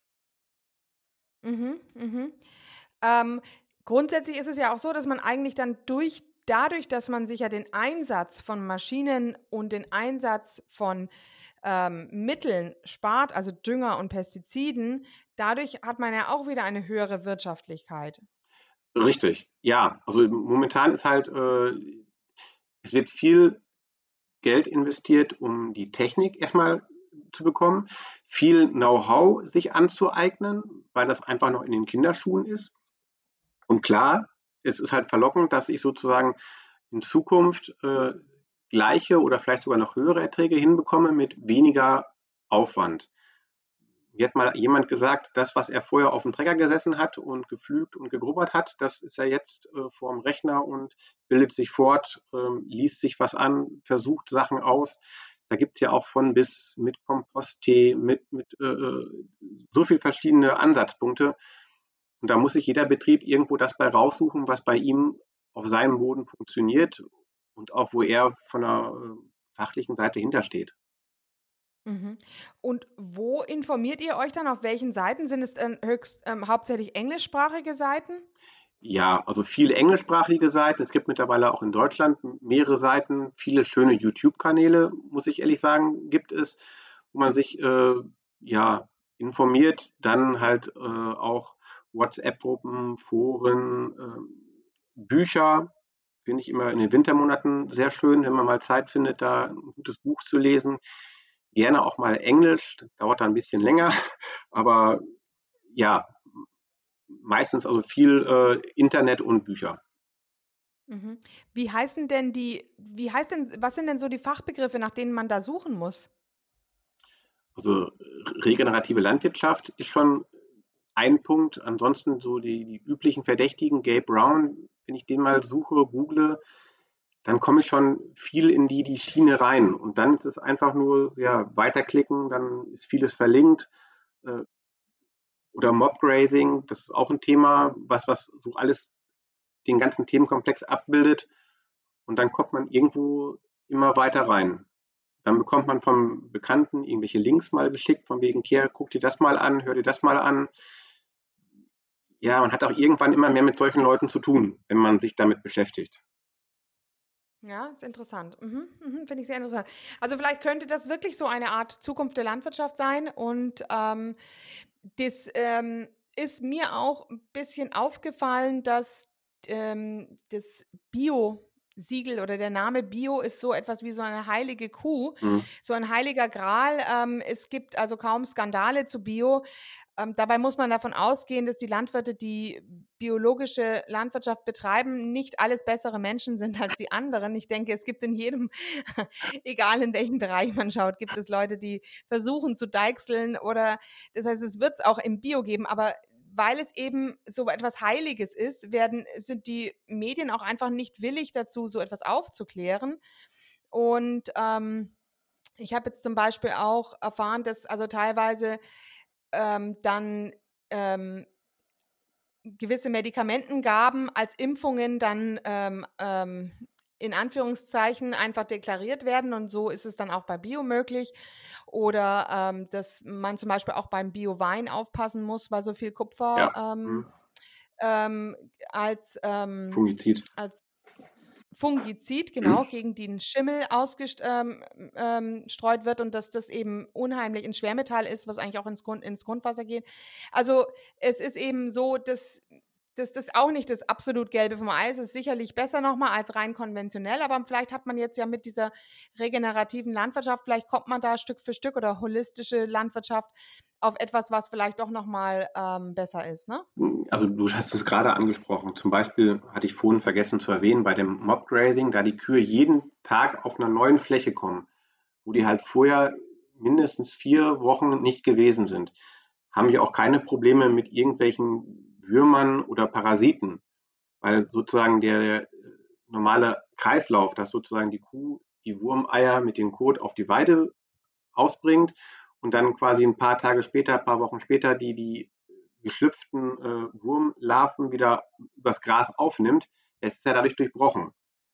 Mhm, mhm. Ähm, grundsätzlich ist es ja auch so, dass man eigentlich dann dadurch, dass man sich ja den Einsatz von Maschinen und den Einsatz von Mitteln spart, also Dünger und Pestiziden, dadurch hat man ja auch wieder eine höhere Wirtschaftlichkeit. Richtig, ja. Also momentan ist halt, es wird viel Geld investiert, um die Technik erstmal zu bekommen, viel Know-how sich anzueignen, weil das einfach noch in den Kinderschuhen ist. Und klar, es ist halt verlockend, dass ich sozusagen in Zukunft gleiche oder vielleicht sogar noch höhere Erträge hinbekomme mit weniger Aufwand. Mir hat mal jemand gesagt, das, was er vorher auf dem Trecker gesessen hat und gepflügt und gegrubbert hat, das ist er jetzt vor dem Rechner und bildet sich fort, liest sich was an, versucht Sachen aus. Da gibt es ja auch von bis mit Komposttee, mit so viel verschiedene Ansatzpunkte. Und da muss sich jeder Betrieb irgendwo das bei raussuchen, was bei ihm auf seinem Boden funktioniert und auch wo er fachlichen Seite hintersteht. Mhm. Und wo informiert ihr euch dann? Auf welchen Seiten? Sind es hauptsächlich englischsprachige Seiten? Ja, also viele englischsprachige Seiten. Es gibt mittlerweile auch in Deutschland mehrere Seiten, viele schöne YouTube-Kanäle, muss ich ehrlich sagen, gibt es, wo man sich ja informiert, dann halt auch WhatsApp-Gruppen, Foren, Bücher, finde ich immer in den Wintermonaten sehr schön, wenn man mal Zeit findet, da ein gutes Buch zu lesen. Gerne auch mal Englisch, das dauert dann ein bisschen länger, aber ja, meistens also viel Internet und Bücher. Mhm. Was sind denn so die Fachbegriffe, nach denen man da suchen muss? Also regenerative Landwirtschaft ist schon ein Punkt. Ansonsten so die üblichen Verdächtigen, Gabe Brown, wenn ich den mal suche, google, dann komme ich schon viel in die Schiene rein. Und dann ist es einfach nur ja, weiterklicken, dann ist vieles verlinkt. Oder Mobgrazing, das ist auch ein Thema, was so alles den ganzen Themenkomplex abbildet. Und dann kommt man irgendwo immer weiter rein. Dann bekommt man vom Bekannten irgendwelche Links mal geschickt, von wegen, hier, guck dir das mal an, hör dir das mal an. Ja, man hat auch irgendwann immer mehr mit solchen Leuten zu tun, wenn man sich damit beschäftigt. Ja, ist interessant. Finde ich sehr interessant. Also vielleicht könnte das wirklich so eine Art Zukunft der Landwirtschaft sein. Und das ist mir auch ein bisschen aufgefallen, dass das Bio-Siegel oder der Name Bio ist so etwas wie so eine heilige Kuh, Mhm. so ein heiliger Gral. Es gibt also kaum Skandale zu Bio. Dabei muss man davon ausgehen, dass die Landwirte, die biologische Landwirtschaft betreiben, nicht alles bessere Menschen sind als die anderen. Ich denke, es gibt in jedem, egal in welchem Bereich man schaut, gibt es Leute, die versuchen zu deichseln oder, das heißt, es wird es auch im Bio geben, aber weil es eben so etwas Heiliges ist, sind die Medien auch einfach nicht willig dazu, so etwas aufzuklären. Und ich habe jetzt zum Beispiel auch erfahren, dass also teilweise dann gewisse Medikamentengaben als Impfungen dann in Anführungszeichen einfach deklariert werden und so ist es dann auch bei Bio möglich oder dass man zum Beispiel auch beim Bio-Wein aufpassen muss, weil so viel Kupfer Ja. Mhm. als Fungizid. Fungizid, genau, gegen den Schimmel ausgestreut wird und dass das eben unheimlich ein Schwermetall ist, was eigentlich auch ins Grundwasser geht. Also es ist eben so, dass das auch nicht das absolut Gelbe vom Ei ist. Es ist sicherlich besser nochmal als rein konventionell, aber vielleicht hat man jetzt ja mit dieser regenerativen Landwirtschaft, vielleicht kommt man da Stück für Stück oder holistische Landwirtschaft auf etwas, was vielleicht doch nochmal besser ist, ne? Also du hast es gerade angesprochen. Zum Beispiel hatte ich vorhin vergessen zu erwähnen, bei dem Mobgrazing, da die Kühe jeden Tag auf einer neuen Fläche kommen, wo die halt vorher mindestens 4 Wochen nicht gewesen sind, haben wir auch keine Probleme mit irgendwelchen Würmern oder Parasiten, weil sozusagen der normale Kreislauf, dass sozusagen die Kuh die Wurmeier mit dem Kot auf die Weide ausbringt und dann quasi ein paar Tage später, ein paar Wochen später die geschlüpften Wurmlarven wieder übers Gras aufnimmt, es ist ja dadurch durchbrochen.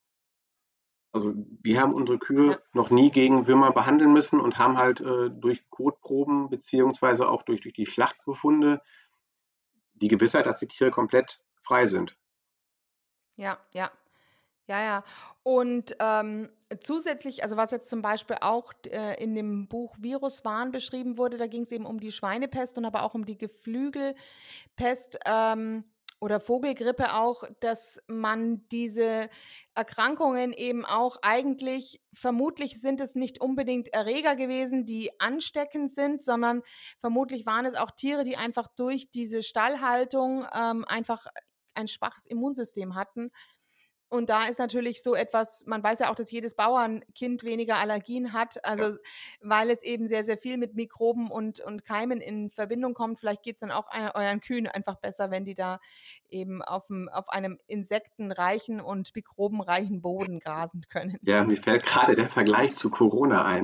Also wir haben unsere Kühe Ja. noch nie gegen Würmer behandeln müssen und haben halt durch Kotproben beziehungsweise auch durch die Schlachtbefunde die Gewissheit, dass die Tiere komplett frei sind. Ja, ja. Ja, ja. Und zusätzlich, also was jetzt zum Beispiel auch in dem Buch Viruswahn beschrieben wurde, da ging es eben um die Schweinepest und aber auch um die Geflügelpest oder Vogelgrippe auch, dass man diese Erkrankungen eben auch eigentlich, vermutlich sind es nicht unbedingt Erreger gewesen, die ansteckend sind, sondern vermutlich waren es auch Tiere, die einfach durch diese Stallhaltung einfach ein schwaches Immunsystem hatten. Und da ist natürlich so etwas, man weiß ja auch, dass jedes Bauernkind weniger Allergien hat, also weil es eben sehr, sehr viel mit Mikroben und Keimen in Verbindung kommt. Vielleicht geht es dann auch euren Kühen einfach besser, wenn die da eben auf einem insektenreichen und mikrobenreichen Boden grasen können. Ja, mir fällt gerade der Vergleich zu Corona ein.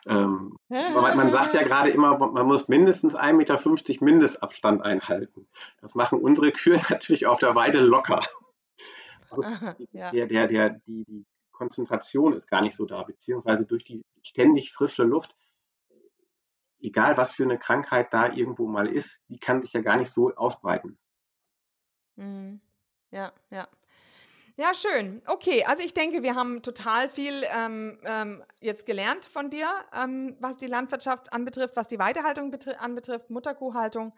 Man sagt ja gerade immer, man muss mindestens 1,50 Meter Mindestabstand einhalten. Das machen unsere Kühe natürlich auf der Weide locker. Also Ja. die Konzentration ist gar nicht so da, beziehungsweise durch die ständig frische Luft, egal was für eine Krankheit da irgendwo mal ist, die kann sich ja gar nicht so ausbreiten. Mhm. Ja, ja. Ja, schön. Okay, also ich denke, wir haben total viel jetzt gelernt von dir, was die Landwirtschaft anbetrifft, was die Weidehaltung anbetrifft, Mutterkuhhaltung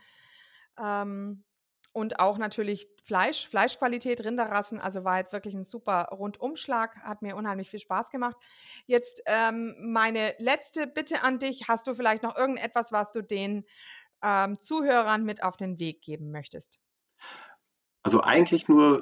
und auch natürlich Fleischqualität, Rinderrassen. Also war jetzt wirklich ein super Rundumschlag, hat mir unheimlich viel Spaß gemacht. Jetzt meine letzte Bitte an dich. Hast du vielleicht noch irgendetwas, was du den Zuhörern mit auf den Weg geben möchtest? Also eigentlich nur,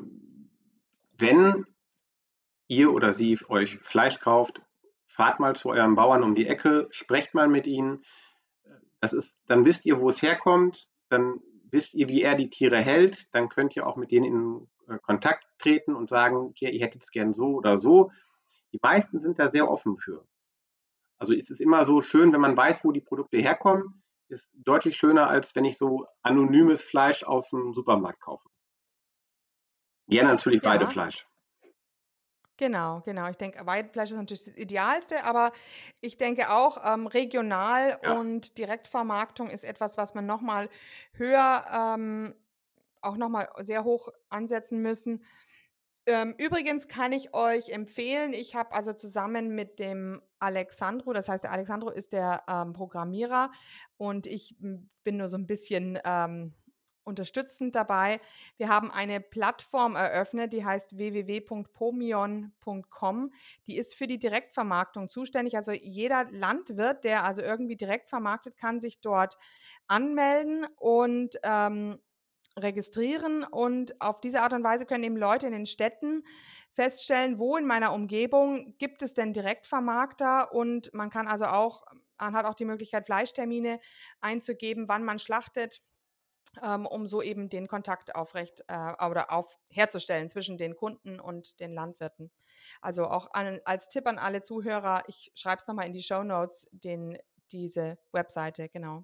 wenn ihr oder sie euch Fleisch kauft, fahrt mal zu eurem Bauern um die Ecke, sprecht mal mit ihnen. Dann wisst ihr, wo es herkommt, dann wisst ihr, wie er die Tiere hält, dann könnt ihr auch mit denen in Kontakt treten und sagen, okay, ihr hättet es gern so oder so. Die meisten sind da sehr offen für. Also es ist immer so schön, wenn man weiß, wo die Produkte herkommen, ist deutlich schöner, als wenn ich so anonymes Fleisch aus dem Supermarkt kaufe. Gerne natürlich Ja. Weidefleisch. Genau. Ich denke, Weidefleisch ist natürlich das Idealste, aber ich denke auch, regional Ja. und Direktvermarktung ist etwas, was man nochmal höher, auch nochmal sehr hoch ansetzen müssen. Übrigens kann ich euch empfehlen, ich habe also zusammen mit dem Alexandro, das heißt, der Alexandro ist der Programmierer und ich bin nur so ein bisschen unterstützend dabei. Wir haben eine Plattform eröffnet, die heißt www.pomion.com. Die ist für die Direktvermarktung zuständig. Also jeder Landwirt, der also irgendwie direkt vermarktet, kann sich dort anmelden und registrieren. Und auf diese Art und Weise können eben Leute in den Städten feststellen, wo in meiner Umgebung gibt es denn Direktvermarkter. Und man kann also auch, man hat auch die Möglichkeit, Fleischtermine einzugeben, wann man schlachtet, um so eben den Kontakt herzustellen zwischen den Kunden und den Landwirten. Also auch als Tipp an alle Zuhörer, ich schreibe es nochmal in die Shownotes, diese Webseite, genau.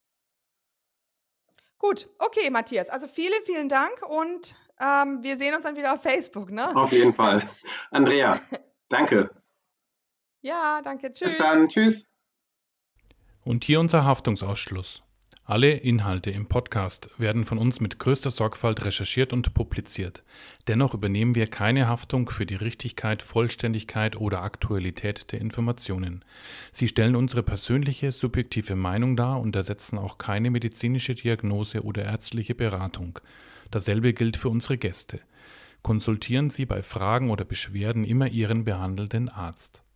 Gut, okay, Matthias, also vielen, vielen Dank und wir sehen uns dann wieder auf Facebook, ne? Auf jeden Fall. Andrea, danke. Ja, danke, tschüss. Bis dann, tschüss. Und hier unser Haftungsausschluss. Alle Inhalte im Podcast werden von uns mit größter Sorgfalt recherchiert und publiziert. Dennoch übernehmen wir keine Haftung für die Richtigkeit, Vollständigkeit oder Aktualität der Informationen. Sie stellen unsere persönliche, subjektive Meinung dar und ersetzen auch keine medizinische Diagnose oder ärztliche Beratung. Dasselbe gilt für unsere Gäste. Konsultieren Sie bei Fragen oder Beschwerden immer Ihren behandelnden Arzt.